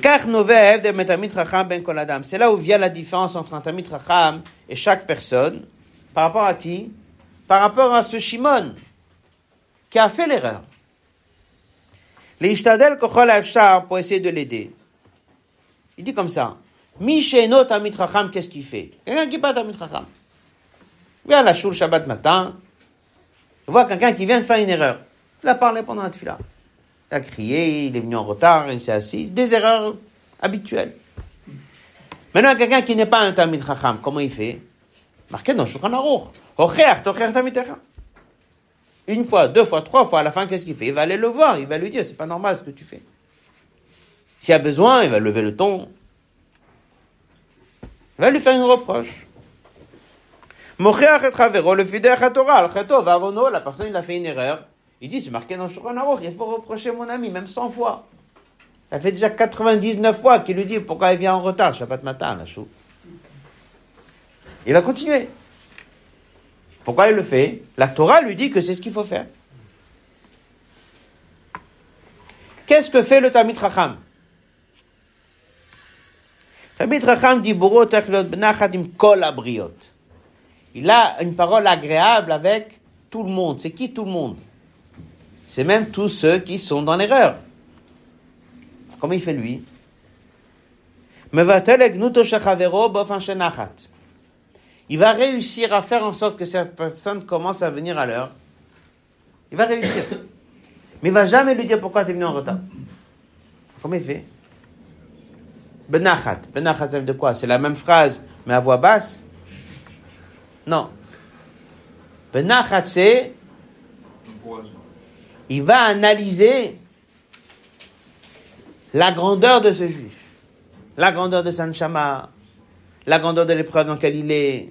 c'est là où vient la différence entre un Talmid Chacham et chaque personne. Par rapport à qui? Par rapport à ce Shimon qui a fait l'erreur. L'ishtadel kochol ha'efshar pour essayer de l'aider. Il dit comme ça. Mi she'eno Talmid Chacham, qu'est-ce qu'il fait? Quelqu'un qui n'est pas Talmid Chacham. Il vient à la shul Shabbat matin. Il voit quelqu'un qui vient de faire une erreur. Il a parlé pendant la tefila. Il a crié, il est venu en retard, il s'est assis. Des erreurs habituelles. Maintenant, quelqu'un qui n'est pas un Talmid Chacham, comment il fait? Marqué dans Shulchan Aruch. Hocher, tocher Talmid Chacham. Une fois, deux fois, trois fois, à la fin, qu'est-ce qu'il fait? Il va aller le voir, il va lui dire, c'est pas normal ce que tu fais. S'il y a besoin, il va lever le ton. Il va lui faire une reproche. Mocher et travero, le fidèle à Torah, le cheto, va avono, la personne, il a fait une erreur. Il dit, c'est marqué dans Shulchan Aruch, il faut reprocher mon ami, même cent fois. Ça fait déjà quatre-vingt-dix-neuf fois qu'il lui dit pourquoi il vient en retard, Shabbat matin, la chou. Il va continuer. Pourquoi il le fait? La Torah lui dit que c'est ce qu'il faut faire. Qu'est-ce que fait le Talmid Chacham? Talmid Chacham dit Boro techlot benachat im kol habriot. Il a une parole agréable avec tout le monde. C'est qui tout le monde? C'est même tous ceux qui sont dans l'erreur. Comment il fait lui? Mevatel egnuto shechavero bofan shenachat. Il va réussir à faire en sorte que cette personne commence à venir à l'heure. Il va réussir. Mais il ne va jamais lui dire pourquoi tu es venu en retard. Comment il fait? Benachat. Benachat, ça veut dire quoi? C'est la même phrase, mais à voix basse? Non. Benachat, c'est... Il va analyser la grandeur de ce juif. La grandeur de sa neshama, la grandeur de l'épreuve dans laquelle il est.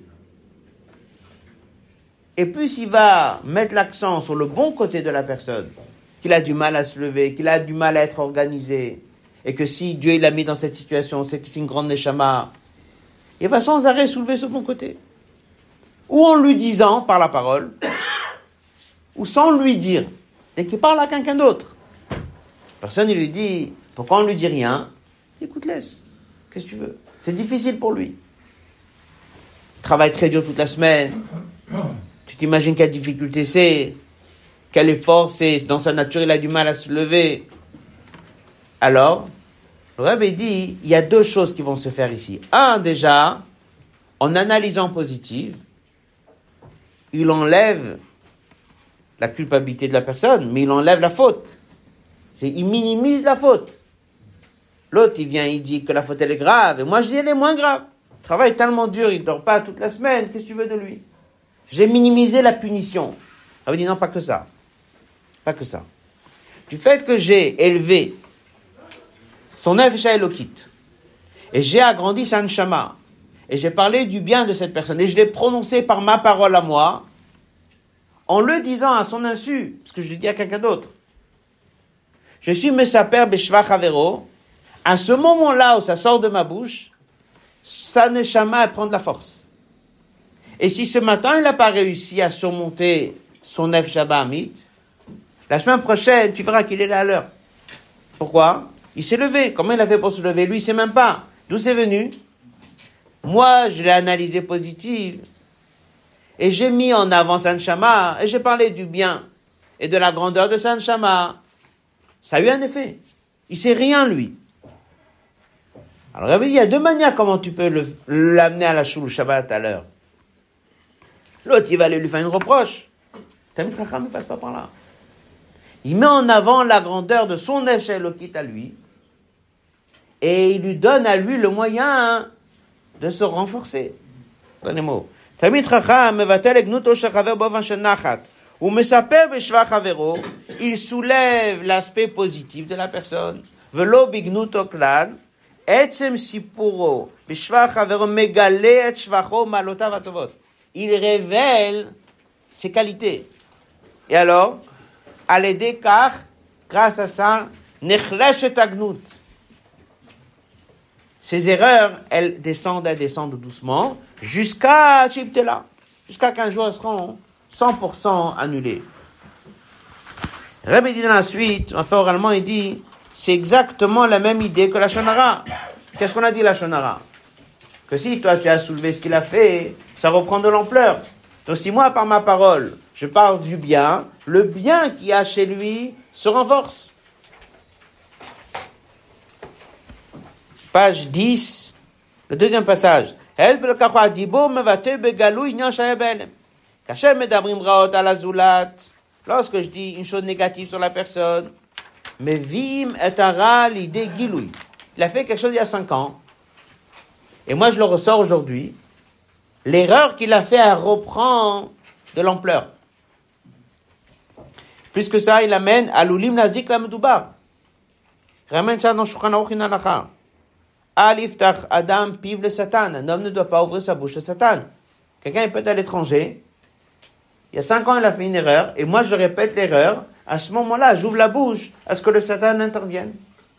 Et plus il va mettre l'accent sur le bon côté de la personne, qu'il a du mal à se lever, qu'il a du mal à être organisé, et que si Dieu l'a mis dans cette situation, c'est que c'est une grande neshama, il va sans arrêt soulever ce bon côté. Ou en lui disant par la parole, ou sans lui dire, dès qu'il parle à quelqu'un d'autre. Personne ne lui dit, pourquoi on ne lui dit rien? Écoute, laisse. Qu'est-ce que tu veux? C'est difficile pour lui. Il travaille très dur toute la semaine. Tu t'imagines quelle difficulté c'est, quel effort c'est. Dans sa nature, il a du mal à se lever. Alors, le Rabbi dit, il y a deux choses qui vont se faire ici. Un, déjà, en analysant positive, il enlève la culpabilité de la personne, mais il enlève la faute. C'est, il minimise la faute. L'autre, il vient, il dit que la faute, elle est grave. Et moi, je dis, elle est moins grave. Il travaille tellement dur, il ne dort pas toute la semaine. Qu'est-ce que tu veux de lui? J'ai minimisé la punition. On dit, non, pas que ça. Pas que ça. Du fait que j'ai élevé son nefesh elokit, et j'ai agrandi sa neshama, et j'ai parlé du bien de cette personne, et je l'ai prononcé par ma parole à moi, en le disant à son insu, parce que je l'ai dit à quelqu'un d'autre, je suis mesaper beshvach havero, à ce moment-là où ça sort de ma bouche, sa neshama prend de la force. Et si ce matin il n'a pas réussi à surmonter son nef Shabbat Amit, la semaine prochaine, tu verras qu'il est là à l'heure. Pourquoi? Il s'est levé. Comment il a fait pour se lever? Lui, il sait même pas. D'où c'est venu? Moi, je l'ai analysé positive. Et j'ai mis en avant sa neshama, et j'ai parlé du bien et de la grandeur de sa neshama. Ça a eu un effet. Il sait rien, lui. Alors, Rabbi dit, il y a deux manières comment tu peux le, l'amener à la choule, le Shabbat à l'heure. L'autre, il va aller lui faire une reproche. Tamid Chacham, il passe pas par là. Il met en avant la grandeur de son Nefesh Elokit à lui, et il lui donne à lui le moyen de se renforcer. Donnez mots. Tamid Chacham, mevatel egnuto shel chaver bovan shel nachat, ou mesaper beshvach havero, il soulève l'aspect positif de la personne. Velo bignuto klal, etzem sipuro beshvach havero megale et shvacho malotav atovot. Il révèle ses qualités. Et alors, à l'aider car, grâce à ça, nechlesh et agnut. Ces erreurs, elles descendent, elles descendent doucement, jusqu'à Chiptela, jusqu'à qu'un jour elles seront cent pour cent annulées. Rabbi dit dans la suite, enfin oralement, il dit, c'est exactement la même idée que la Shonara. Qu'est-ce qu'on a dit la Shonara? Que si toi tu as soulevé ce qu'il a fait, ça reprend de l'ampleur. Donc si moi, par ma parole, je parle du bien, le bien qu'il y a chez lui se renforce. Page dix, le deuxième passage. Lorsque je dis une chose négative sur la personne, mais vim et ara l'idée giloui. Il a fait quelque chose il y a cinq ans, et moi je le ressors aujourd'hui. L'erreur qu'il a fait, elle reprend de l'ampleur. Plus que ça, il amène à l'ulim nazik la medoubar. Il ramène ça dans Shulchan Aruch in Halacha. Al iftach adam piv le Satan. Un homme ne doit pas ouvrir sa bouche au Satan. Quelqu'un peut être à l'étranger. Il y a cinq ans, il a fait une erreur, et moi je répète l'erreur. À ce moment-là, j'ouvre la bouche à ce que le Satan intervienne.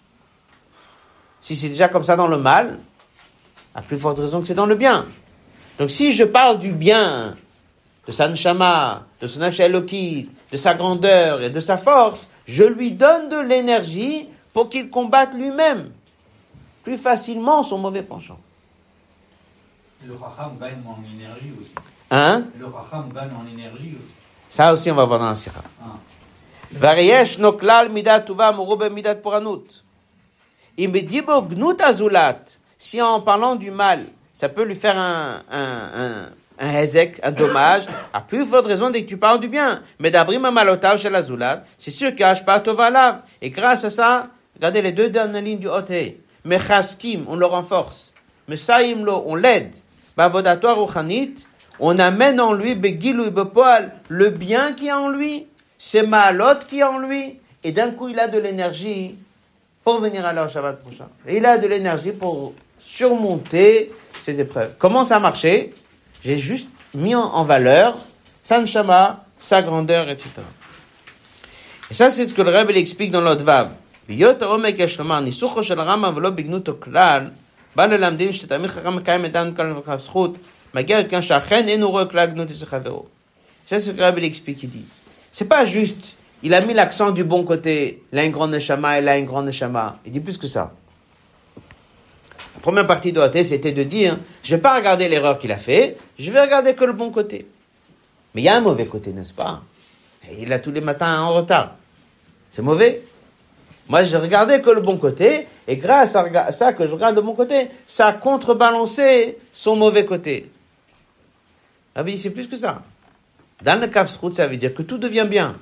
Si c'est déjà comme ça dans le mal, à plus forte raison que c'est dans le bien. Donc si je parle du bien de sa neshama, de son nefesh elokit, de sa grandeur et de sa force, je lui donne de l'énergie pour qu'il combatte lui-même plus facilement son mauvais penchant. Le Chacham gagne en énergie aussi. Hein? Le Chacham gagne en énergie aussi. Ça aussi on va voir dans la Sira. Variesh no klal midat tuva morube midat poranut. Imedibo gnut azulat. Si en parlant du mal, ça peut lui faire un, un, un, un hezek, un dommage, à plus forte raison dès que tu parles du bien. Mais d'abrim malotav shel azulat, c'est sûr qu'il y a ashpa tova lav. Et grâce à ça, regardez les deux dernières lignes du Hoté. Mechaskim, on le renforce. Mesaim lo, on l'aide. Bavodatoire ruchanit, on amène en lui begilou bepoal, le bien qui est en lui, c'est maalot qui est en lui, et d'un coup il a de l'énergie pour venir à leur Shabbat prochain. Et il a de l'énergie pour surmonter ces épreuves. Comment ça a marché? J'ai juste mis en, en valeur sa neshama, sa grandeur, et cetera. Et ça, c'est ce que le Rebbe explique dans l'autre Vav. Biyot omek yeshlomar nisucho shel Rambam velo bignuto klal b'a lelamdim shetamid chacham mekayem et dan kol zchut magiע לכאן שאכן אין הוא רואה כלל גנות אצל חברו. C'est ce que le Rebbe explique, il dit. C'est pas juste, il a mis l'accent du bon côté, il a une grande neshama, il a une grande neshama. Il dit plus que ça. La première partie de Hoté, c'était de dire, je vais pas regarder l'erreur qu'il a fait, je vais regarder que le bon côté. Mais il y a un mauvais côté, n'est-ce pas? Et il a tous les matins en retard. C'est mauvais. Moi, je regardais que le bon côté, et grâce à ça que je regarde le bon côté, ça a contrebalancé son mauvais côté. Ah oui, c'est plus que ça. Dans le Kav Zchut, ça veut dire que tout devient bien.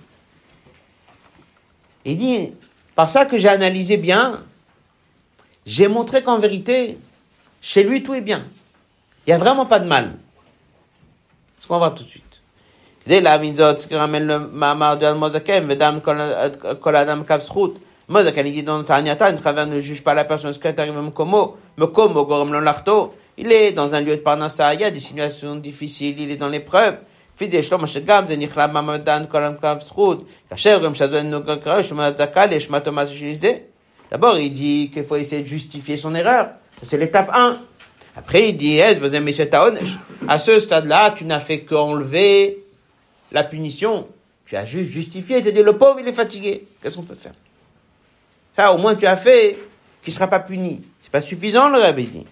Il dit, par ça que j'ai analysé bien, j'ai montré qu'en vérité, chez lui, tout est bien. Il n'y a vraiment pas de mal. Ce qu'on va voir tout de suite. Dès la minzot, ce qui ramène le Mahamar de Al-Mozakem, Vedam Kol Adam Kav Zchut, Mozakem, il dit dans Tanyata, une travers ne juge pas la personne, ce qui est arrivé à Mekomo, Mekomo, Gorem Lon Larto, il est dans un lieu de Parnassa, il y a des situations difficiles, il est dans l'épreuve. פידי שלום שגם זה נכלל במעמדן כל המקרב זכות, כאשר גם שזו נוגע קרא, שמעת זכה לשמתו מה זה. D'abord, il dit qu'il faut essayer de justifier son erreur. Ça, c'est l'étape un. Après, il dit, à ce stade-là, tu n'as fait qu'enlever la punition. Tu as juste justifié. Tu as dit, le pauvre, il est fatigué. Qu'est-ce qu'on peut faire? Ça, au moins, tu as fait qu'il ne sera pas puni. C'est pas suffisant, le rabbi dit.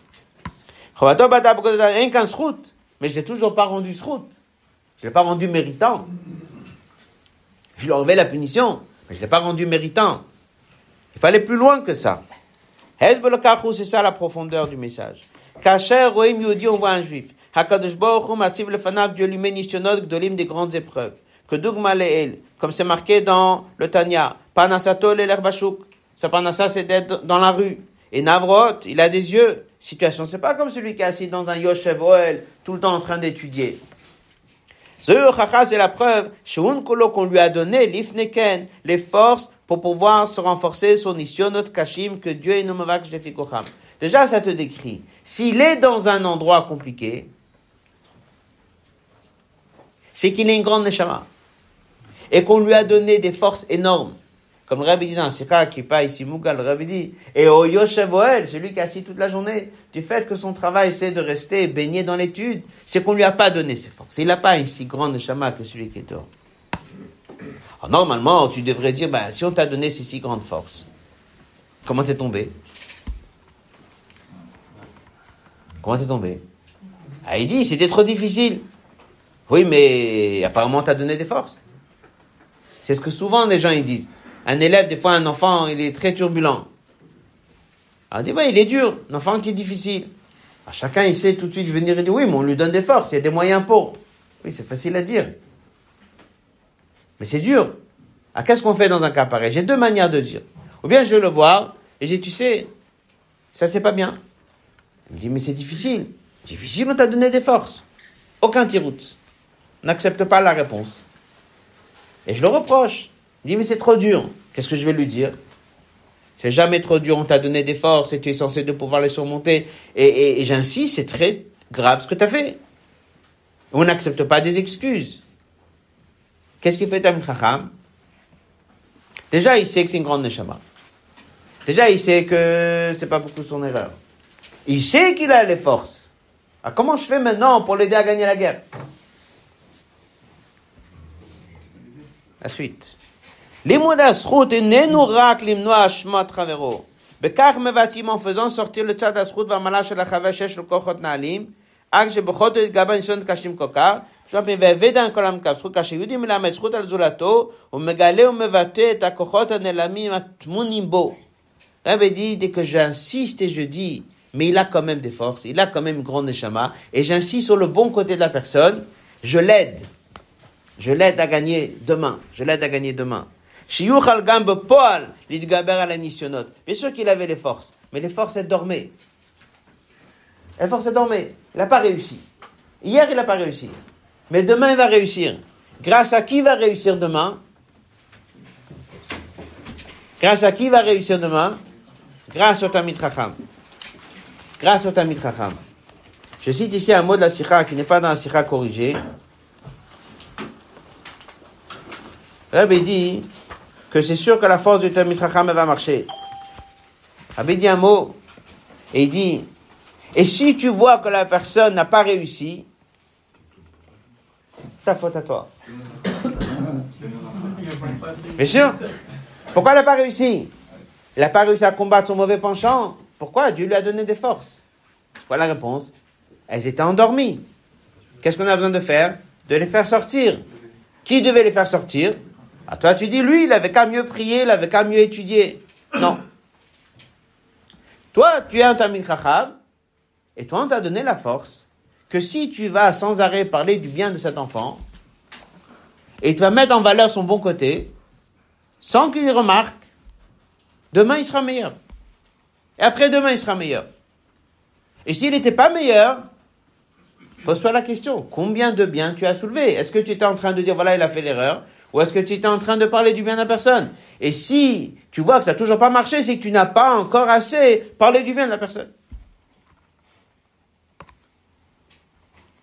Mais je l'ai toujours pas rendu srout. Je l'ai pas rendu méritant. Je lui ai enlevé la punition, mais je l'ai pas rendu méritant. Il fallait plus loin que ça. C'est ça la profondeur du message. Kacher roim yehudi, on voit un juif. Hakadosh Baruch Hu matziv lefanav, Dieu lui met nishonot gdolim, des grandes épreuves. Que dogma leel, comme c'est marqué dans le Tanya. Panasato leler bashuk. Sa panasa, c'est d'être dans la rue. Et Navrot, il a des yeux. Situation, c'est pas comme celui qui est assis dans un Yoshev Oel, tout le temps en train d'étudier. C'est la preuve, qu'on lui a donné, l'ifneken, les forces pour pouvoir se renforcer son isyonot kashim, que Dieu est nomavak jefikocham. Déjà, ça te décrit. S'il est dans un endroit compliqué, c'est qu'il est une grande neshama. Et qu'on lui a donné des forces énormes. Comme le Rabbi dit dans le Sikha, qui n'est pas ici Mougal, le Rabbi dit, et au Yoshev Oel, celui qui est assis toute la journée, du fait que son travail c'est de rester baigné dans l'étude, c'est qu'on lui a pas donné ses forces. Il n'a pas une si grande neshama que celui qui est dehors. Alors, normalement, tu devrais dire, ben, si on t'a donné ces si grandes forces, comment t'es tombé? Comment t'es tombé? Ah, il dit, c'était trop difficile. Oui, mais apparemment, on t'a donné des forces. C'est ce que souvent les gens ils disent. Un élève, des fois, un enfant, il est très turbulent. Alors, on dit, ouais, il est dur. Un enfant qui est difficile. Alors, chacun, il sait tout de suite venir et dire, oui, mais on lui donne des forces, il y a des moyens pour. Oui, c'est facile à dire. Mais c'est dur. Alors, qu'est-ce qu'on fait dans un cas pareil? J'ai deux manières de dire. Ou bien, je vais le voir, et je dis, tu sais, ça, c'est pas bien. Il me dit, mais c'est difficile. Difficile, on t'a donné des forces. Aucun tiroute. On n'accepte pas la réponse. Et je le reproche. Il dit, mais c'est trop dur. Qu'est-ce que je vais lui dire? C'est jamais trop dur, on t'a donné des forces et tu es censé de pouvoir les surmonter. Et, et, et j'insiste, c'est très grave ce que tu as fait. On n'accepte pas des excuses. Qu'est-ce qu'il fait Talmid Chacham? Déjà, il sait que c'est une grande neshama. Déjà, il sait que c'est pas beaucoup son erreur. Il sait qu'il a les forces. Alors, comment je fais maintenant pour l'aider à gagner la guerre? La suite. Limud ha-zchut inenu rak limnoa hashmat chavero. Bekach mevatim, en faisant sortir le tzad ha-zchut v'hamala shel hachaver shesh lo kochot na'alim, ak shebechot yitgaba nishon kashim kokar, shvap mevaved an kol hamkav zchut, kasher yehudi melamed zchut al zulato, umegale umevate et ha-kochot ha-nelamim atmunim bo. Rabbi dit, dès que j'insiste et je dis, mais il a quand même des forces, il a quand même une grande neshama, et j'insiste sur le bon côté de la personne, je l'aide. Je l'aide à gagner demain. Je l'aide à gagner demain. Bien sûr qu'il avait les forces, mais les forces, elles dormaient. Les forces, elles dormaient. Il n'a pas réussi. Hier, il n'a pas réussi. Mais demain, il va réussir. Grâce à qui il va réussir demain? Grâce à qui il va réussir demain? Grâce au Talmid Chacham. Grâce au Talmid Chacham. Je cite ici un mot de la Sikha qui n'est pas dans la Sikha corrigée. Rabbi dit que c'est sûr que la force du Talmid Chacham va marcher. Rabbi dit un mot et il dit, et si tu vois que la personne n'a pas réussi, ta faute à toi. Bien sûr. Pourquoi elle n'a pas réussi? Elle n'a pas réussi à combattre son mauvais penchant. Pourquoi? Dieu lui a donné des forces. C'est quoi la réponse? Elles étaient endormies. Qu'est-ce qu'on a besoin de faire? De les faire sortir. Qui devait les faire sortir? Ah, toi, tu dis, lui, il avait qu'à mieux prier, il avait qu'à mieux étudier. Non. Toi, tu es un Talmid Chacham, et toi, on t'a donné la force, que si tu vas sans arrêt parler du bien de cet enfant, et tu vas mettre en valeur son bon côté, sans qu'il remarque, demain, il sera meilleur. Et après-demain, il sera meilleur. Et s'il n'était pas meilleur, pose-toi la question, combien de bien tu as soulevé? Est-ce que tu étais en train de dire, voilà, il a fait l'erreur? Ou est-ce que tu étais en train de parler du bien de la personne? Et si tu vois que ça n'a toujours pas marché, c'est que tu n'as pas encore assez parlé du bien de la personne.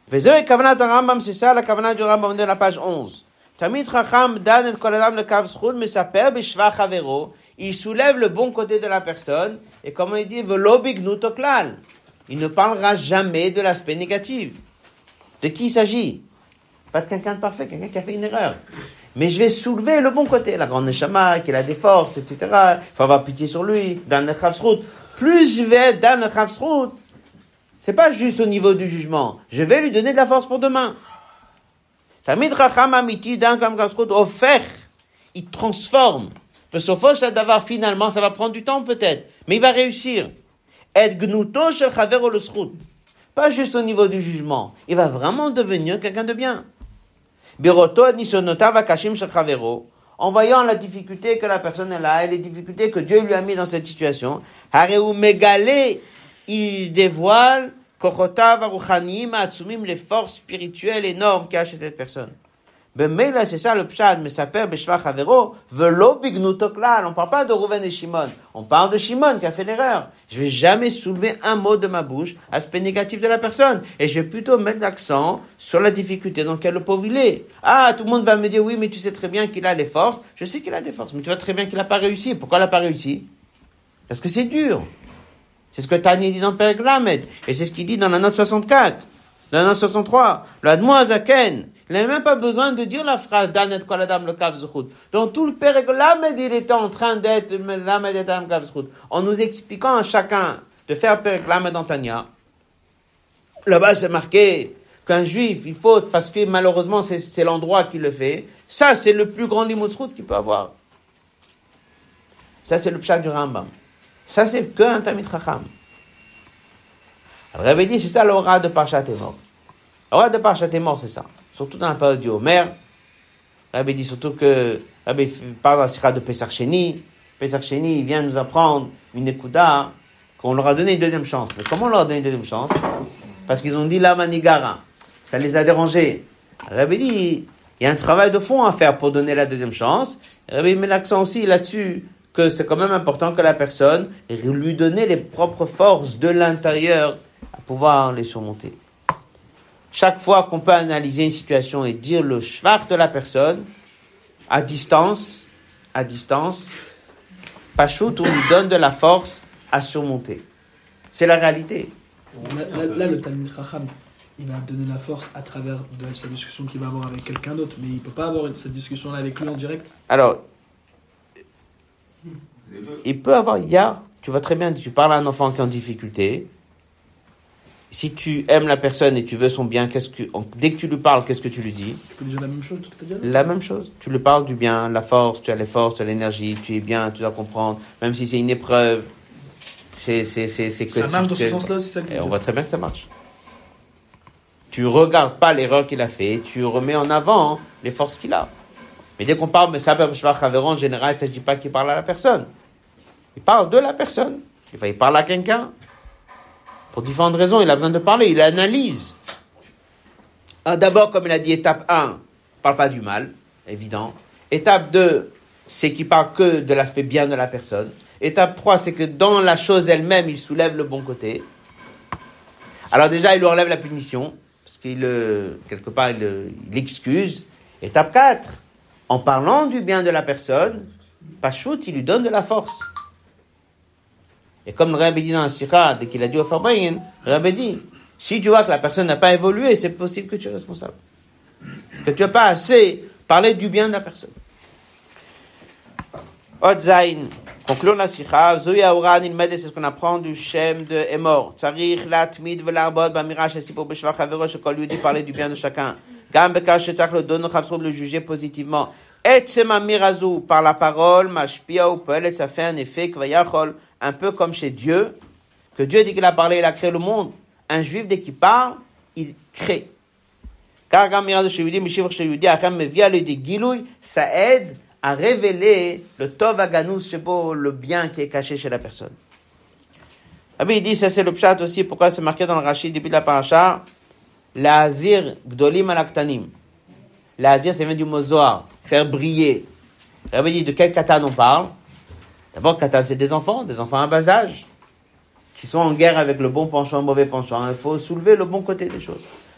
Vezeu kavanat Rambam, c'est ça la kavanat du Rambam de la page onze. Tamid Chacham dan et kol adam le kav zchut mesaper b'shvach havero. Il soulève le bon côté de la personne et comment il dit velo bignut oklal. Il ne parlera jamais de l'aspect négatif. De qui il s'agit? Pas de quelqu'un de parfait, quelqu'un qui a fait une erreur. Mais je vais soulever le bon côté, la grande neshama, qu'il a des forces, et cetera. Il faut avoir pitié sur lui, dan le kav zchut. Plus je vais être dan le kav zchut, c'est pas juste au niveau du jugement. Je vais lui donner de la force pour demain. Tamid Chacham Amiti, dan kam kav zchut, offert, il transforme. Parce qu'au fond, ça d'avoir finalement, ça va prendre du temps peut-être, mais il va réussir. Et gnuto shel chavero le zchut. Pas juste au niveau du jugement. Il va vraiment devenir quelqu'un de bien. Biroto nisonotav akashim shel chavero. En voyant la difficulté que la personne est là et les difficultés que Dieu lui a mis dans cette situation, hareu megale, il dévoile kochotav aruchanim atzumim, les forces spirituelles énormes qu'il y a chez cette personne. Ben, mais là, c'est ça le pshad, mais ça perd beshvach havero, velo bignuto klal. On parle pas de Rouven et Shimon. On parle de Shimon qui a fait l'erreur. Je vais jamais soulever un mot de ma bouche, aspect négatif de la personne. Et je vais plutôt mettre l'accent sur la difficulté dans laquelle le pauvre il est. Ah, tout le monde va me dire, oui, mais tu sais très bien qu'il a des forces. Je sais qu'il a des forces, mais tu vois très bien qu'il a pas réussi. Pourquoi il a pas réussi? Parce que c'est dur. C'est ce que Tani dit dans le Perek Lamed. Et c'est ce qu'il dit dans la note soixante-quatre. Dans la note soixante-trois. Le Admo Azaken. Il n'avait même pas besoin de dire la phrase d'Anet Koladam le Kav Zchut. Dans tout le Perek Lamed, il était en train d'être Lamed et Adam Kav Zchut. En nous expliquant à chacun de faire Perek Lamed en Tanya. Là-bas, c'est marqué qu'un juif, il faut, parce que malheureusement, c'est, c'est l'endroit qui le fait. Ça, c'est le plus grand limud zchut qu'il peut avoir. Ça, c'est le pshat du Rambam. Ça, c'est qu'un Tamid Chacham. Alors, Rabbi dit, c'est ça l'aura de Parshat Emor. L'aura de Parshat Emor, c'est ça. Surtout dans la période du Homer. Rabbi dit surtout que Rabbi parle dans la sikha de Pesach Sheni. Pesach Sheni, il vient nous apprendre une nekuda qu'on leur a donné une deuxième chance. Mais comment on leur a donné une deuxième chance? Parce qu'ils ont dit la manigara. Ça les a dérangés. Rabbi dit, il y a un travail de fond à faire pour donner la deuxième chance. Rabbi met l'accent aussi là-dessus que c'est quand même important que la personne lui donne les propres forces de l'intérieur à pouvoir les surmonter. Chaque fois qu'on peut analyser une situation et dire le shvach de la personne, à distance, à distance, Pachout, on lui donne de la force à surmonter. C'est la réalité. Là, là, là, le Talmid Chacham, il va donner la force à travers de sa discussion qu'il va avoir avec quelqu'un d'autre, mais il ne peut pas avoir cette discussion-là avec lui en direct. Alors, il peut avoir, il y a, tu vois très bien, tu parles à un enfant qui est en difficulté. Si tu aimes la personne et tu veux son bien, qu'est-ce que, dès que tu lui parles, qu'est-ce que tu lui dis? Tu peux dire la même chose, tout ce que tu as dit? La même chose. Tu lui parles du bien, la force, tu as les forces, tu as l'énergie, tu es bien, tu dois comprendre. Même si c'est une épreuve, c'est, c'est, c'est, c'est que ça marche si dans tu... ce sens-là, c'est ça que Et on voit très bien que ça marche. Tu regardes pas l'erreur qu'il a fait, tu remets en avant les forces qu'il a. Mais dès qu'on parle, mais ça, en général, il ne s'agit pas qu'il parle à la personne. Il parle de la personne. Il parle à quelqu'un. Pour différentes raisons, il a besoin de parler. Il analyse. Ah, d'abord, comme il a dit, étape un, il ne parle pas du mal, évident. Étape deux, c'est qu'il ne parle que de l'aspect bien de la personne. Étape trois, c'est que dans la chose elle-même, il soulève le bon côté. Alors déjà, il lui enlève la punition, parce qu'il, quelque part, il, il excuse. Étape quatre, en parlant du bien de la personne, Pachout, il lui donne de la force. Et comme le Rabbi dit dans la Sikha, dès qu'il a dit au Farbayin, le Rabbi dit, si tu vois que la personne n'a pas évolué, c'est possible que tu es responsable. Parce que tu n'as pas assez parlé du bien de la personne. Ot Zayin, concluons la Sikha, Zoya Oran Ilmed, c'est ce qu'on apprend du Shem de Emor. Tzarich, Latmid, Velarbod, Bamirash, Asipo, Beshvach, Averosh, qu'on lui dit parler du bien de chacun. Gam Bekar, Shetzach, le donne, de le juger positivement. Et Sema Mirazou, par la parole, Mashpia ou Poelet, ça fait un effet, Kvayachol, un peu comme chez Dieu, que Dieu dit qu'il a parlé, il a créé le monde. Un juif, dès qu'il parle, il crée. Car Gam Mirazou, chez Yudi, Mishivr, chez Yudi, Achem, via le dit Gilouy, ça aide à révéler le Tov Aganous, c'est beau, le bien qui est caché chez la personne. Ah bien, il dit, ça c'est le pshat aussi, pourquoi c'est marqué dans le Rashi, depuis la paracha, L'azir Gdolim Alaktanim. L'azir, ça vient du mot Zohar, faire briller. Rabbi dit, de quel katan on parle? D'abord, katan, c'est des enfants, des enfants à bas âge, qui sont en guerre avec le bon penchant, le mauvais penchant. Il faut soulever le bon côté des choses.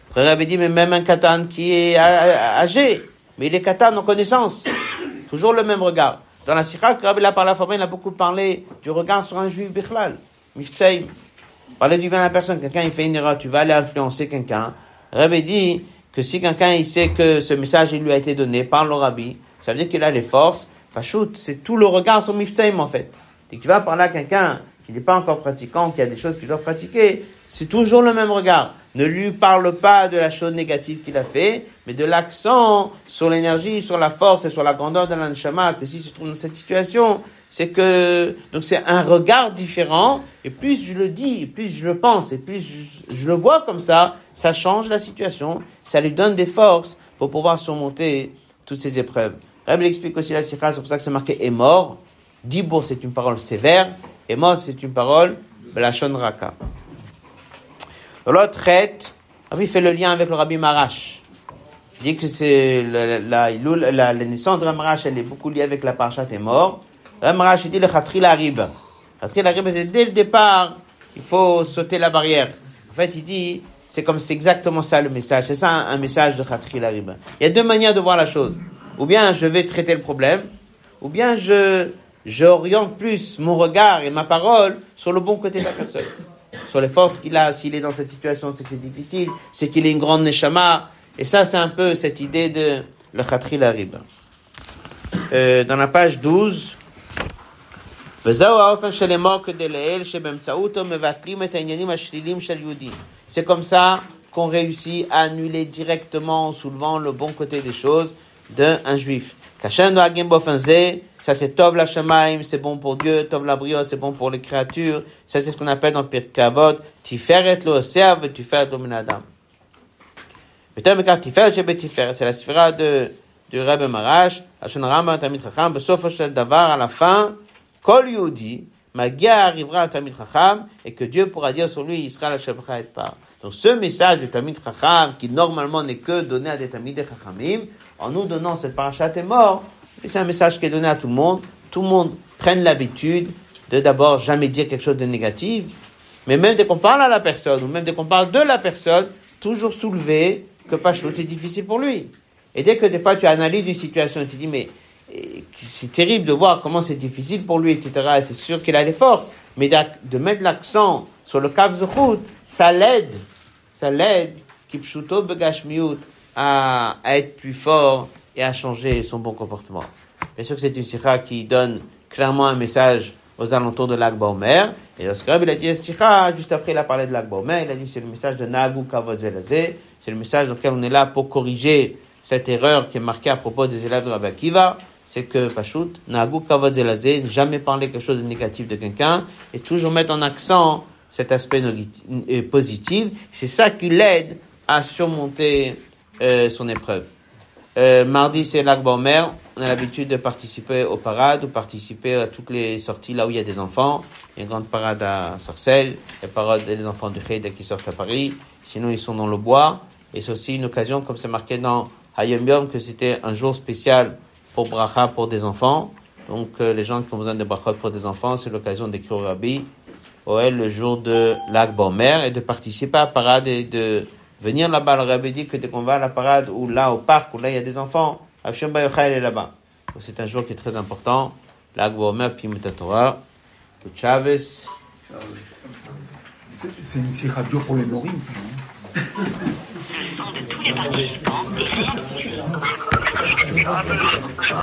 Le Rabbi dit, mais même un katan qui est âgé, mais il est katan en connaissance. Toujours le même regard. Dans la sikha, que Rabbi l'a parlé à Fabien, il a beaucoup parlé du regard sur un juif bichlal. Miftsei. Parler du bien à la personne. Quelqu'un, il fait une erreur, tu vas aller influencer quelqu'un. Rabbi dit que si quelqu'un, il sait que ce message, il lui a été donné par le Rabbi, ça veut dire qu'il a les forces. Fachout, c'est tout le regard sur Miftsei, en fait. Et tu vas parler à quelqu'un qui n'est pas encore pratiquant, qui a des choses qu'il doit pratiquer, c'est toujours le même regard. Ne lui parle pas de la chose négative qu'il a fait, mais de l'accent sur l'énergie, sur la force et sur la grandeur de l'anshama, que s'il se trouve dans cette situation, c'est que, donc c'est un regard différent, et plus je le dis, plus je le pense, et plus je, je le vois comme ça, ça change la situation, ça lui donne des forces pour pouvoir surmonter toutes ces épreuves. Rabbi explique aussi la sikha, c'est pour ça que c'est marqué est mort. Dibour, c'est une parole sévère, et mort, c'est une parole belashon raka. L'autre traite, Rabbi fait le lien avec le Rabbi Marash. Il dit que c'est la, la, la, la, la naissance de Rabbi Marash, elle est beaucoup liée avec la parashat est mort. Rabbi Marash, il dit le Khatri Larib. Khatri Larib, c'est dès le départ, il faut sauter la barrière. En fait, il dit, c'est comme c'est exactement ça le message. C'est ça un, un message de Khatri Larib. Il y a deux manières de voir la chose. Ou bien je vais traiter le problème, ou bien je, j'oriente plus mon regard et ma parole sur le bon côté de la personne. Sur les forces qu'il a, s'il est dans cette situation, c'est que c'est difficile, c'est qu'il est une grande neshama. Et ça, c'est un peu cette idée de le Khatri Larib. Euh, dans la page douze, c'est comme ça qu'on réussit à annuler directement en soulevant le bon côté des choses d'un juif. Ça c'est Tov la Shamaim, c'est bon pour Dieu, Tov la Briot, c'est bon pour les créatures. Ça c'est ce qu'on appelle dans Pirkei Avot, Tiferet lo Oseav et Tiferet lo Minadam. C'est la sphira de du Rebbe Marash, Hashon Rama Tamid Chacham, Besofo shel davar, à la fin, Kol Yehudi, Magia arrivera à Tamid Chacham, et que Dieu pourra dire sur lui, Yisrael Hashem et par. Donc ce message du Tamid Chacham, qui normalement n'est que donné à des Tamid Chachamim, en nous donnant cette parashat est mort, c'est un message qui est donné à tout le monde. Tout le monde prenne l'habitude de d'abord jamais dire quelque chose de négatif, mais même dès qu'on parle à la personne, ou même dès qu'on parle de la personne, toujours soulever que Pashut, c'est difficile pour lui. Et dès que des fois tu analyses une situation et tu dis, mais c'est terrible de voir comment c'est difficile pour lui, et cetera, et c'est sûr qu'il a les forces, mais de mettre l'accent sur le Kav Zechut, ça l'aide, ça l'aide, Kipshuto Begashmiut, à, à être plus fort et à changer son bon comportement. Bien sûr que c'est une sikha qui donne clairement un message aux alentours de l'Ag Baomer. Et lorsque Rabbi a dit sikha, juste après il a parlé de l'Ag Baomer, il a dit c'est le message de Nagu Kavod Zelazé, c'est le message dans lequel on est là pour corriger cette erreur qui est marquée à propos des élèves de Rabbi Akiva, c'est que Pashut, Nagu Kavod Zelazé, ne jamais parler quelque chose de négatif de quelqu'un et toujours mettre en accent cet aspect positif. C'est ça qui l'aide à surmonter euh, son épreuve. Euh, mardi, c'est l'Ag Baomer. On a l'habitude de participer aux parades ou participer à toutes les sorties là où il y a des enfants. Il y a une grande parade à Sarcelles, il y a parade des enfants du Chéda qui sortent à Paris. Sinon, ils sont dans le bois. Et c'est aussi une occasion, comme c'est marqué dans Hayom Yom, que c'était un jour spécial pour bracha pour des enfants. Donc, euh, les gens qui ont besoin de brachot pour des enfants, c'est l'occasion d'écrire au Rabbi, ouais, le jour de l'Ag Baomer, et de participer à la parade et de venir là-bas. Le Rabbi dit que dès qu'on va à la parade, ou là, au parc, où là, il y a des enfants, Avshem Bayochai est là-bas. Donc, c'est un jour qui est très important. L'Ag Baomer, puis Mutatora. Chavez. C'est, c'est une sikha dure pour les Morim, ça, non? Ce sont de tous les participants.